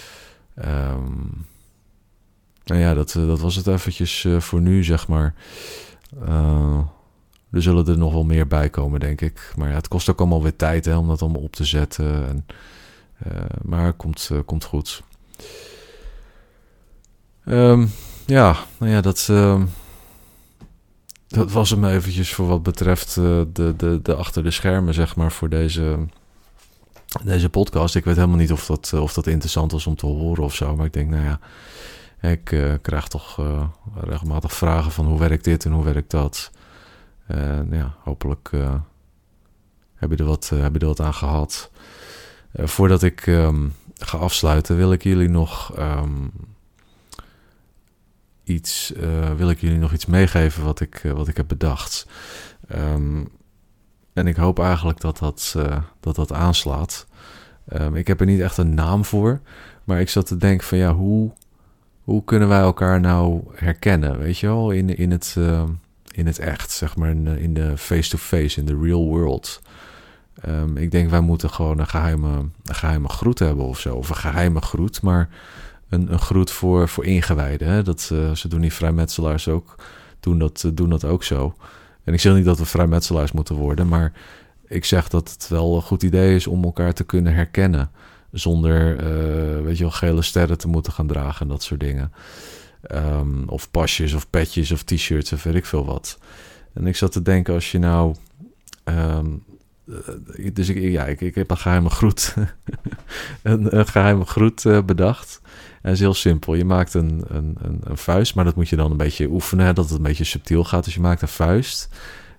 Um, nou ja, dat, dat was het eventjes uh, voor nu, zeg maar. Uh, er zullen er nog wel meer bij komen, denk ik. Maar ja, het kost ook allemaal weer tijd hè, om dat allemaal op te zetten. En, uh, maar het komt, uh, komt goed. Um, ja, nou ja, dat... Uh, Dat was hem eventjes voor wat betreft uh, de, de, de achter de schermen, zeg maar, voor deze, deze podcast. Ik weet helemaal niet of dat, of dat interessant was om te horen of zo. Maar ik denk, nou ja, ik uh, krijg toch uh, regelmatig vragen van hoe werkt dit en hoe werkt dat. En uh, ja, hopelijk uh, heb, je er wat, uh, heb je er wat aan gehad. Uh, voordat ik um, ga afsluiten, wil ik jullie nog... Um, Iets, uh, wil ik jullie nog iets meegeven wat ik, uh, wat ik heb bedacht. Um, en ik hoop eigenlijk dat dat, uh, dat, dat aanslaat. Um, ik heb er niet echt een naam voor. Maar ik zat te denken van ja, hoe, hoe kunnen wij elkaar nou herkennen? Weet je wel, in, in, het, uh, in het echt, zeg maar, in, in de face-to-face, in de real world. Um, ik denk wij moeten gewoon een geheime, een geheime groet hebben of zo. Of een geheime groet, maar... Een, een groet voor, voor ingewijden. Hè? Dat, uh, ze doen die vrijmetselaars ook. Doen dat, uh, doen dat ook zo. En ik zeg niet dat we vrijmetselaars moeten worden. Maar ik zeg dat het wel een goed idee is om elkaar te kunnen herkennen. Zonder, uh, weet je wel, gele sterren te moeten gaan dragen en dat soort dingen. Um, of pasjes of petjes of t-shirts of weet ik veel wat. En ik zat te denken als je nou... Um, dus ik, ja, ik, ik heb een geheime groet. een, een geheime groet uh, bedacht. En dat is heel simpel. Je maakt een, een, een, een vuist, maar dat moet je dan een beetje oefenen, hè, dat het een beetje subtiel gaat. Dus je maakt een vuist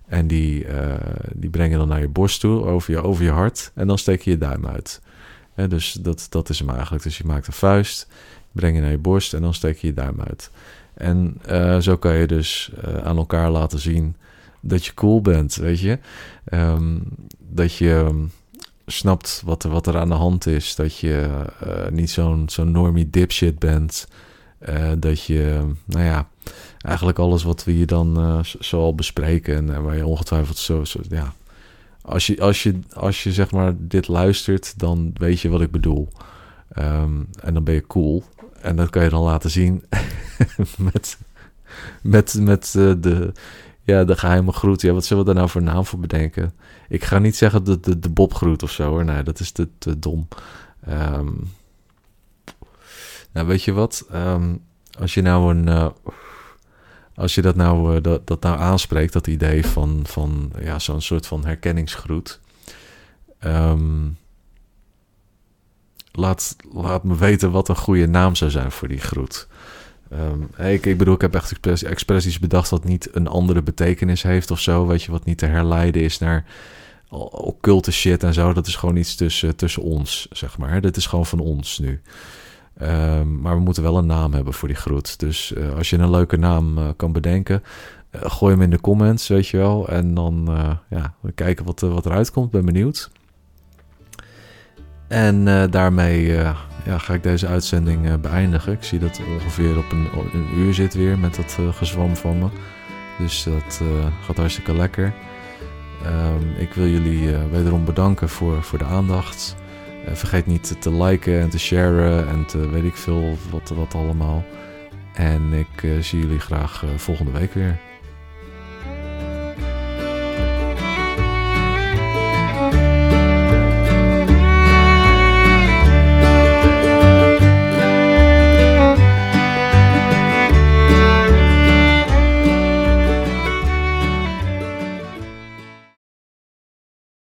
En die, uh, die breng je dan naar je borst toe, over je, over je hart. En dan steek je je duim uit. He, dus dat, dat is hem eigenlijk. Dus je maakt een vuist, breng je naar je borst en dan steek je je duim uit. En uh, zo kan je dus uh, aan elkaar laten zien dat je cool bent, weet je. Um, dat je um, snapt wat er, wat er aan de hand is. Dat je uh, niet zo'n, zo'n normie dipshit bent. Uh, dat je, nou ja, eigenlijk alles wat we hier dan uh, zo al bespreken en, en waar je ongetwijfeld zo, zo ja, als je, als je, als je zeg maar dit luistert, dan weet je wat ik bedoel. Um, en dan ben je cool. En dat kan je dan laten zien met, met, met uh, de, ja, de geheime groet. Ja, wat zullen we daar nou voor naam voor bedenken? Ik ga niet zeggen de, de, de Bobgroet of zo hoor. Nee, dat is te, te dom. Um, nou, weet je wat? Um, als je nou een... Uh, als je dat nou, uh, dat, dat nou aanspreekt, dat idee van, van ja, zo'n soort van herkenningsgroet. Um, laat, laat me weten wat een goede naam zou zijn voor die groet. Um, ik, ik bedoel, ik heb echt expres, expressies bedacht wat niet een andere betekenis heeft of zo. Weet je, wat niet te herleiden is naar occulte shit en zo. Dat is gewoon iets tussen, tussen ons, zeg maar. Dit is gewoon van ons nu. Um, maar we moeten wel een naam hebben voor die groet. Dus uh, als je een leuke naam uh, kan bedenken, uh, gooi hem in de comments, weet je wel. En dan uh, ja, we kijken wat, uh, wat eruit komt. Ben benieuwd. En uh, daarmee uh, ja, ga ik deze uitzending uh, beëindigen. Ik zie dat het ongeveer op een, een uur zit weer met dat uh, gezwam van me. Dus dat uh, gaat hartstikke lekker. Um, ik wil jullie uh, wederom bedanken voor, voor de aandacht. Uh, vergeet niet te liken en te sharen en te weet ik veel wat, wat allemaal. En ik uh, zie jullie graag uh, volgende week weer.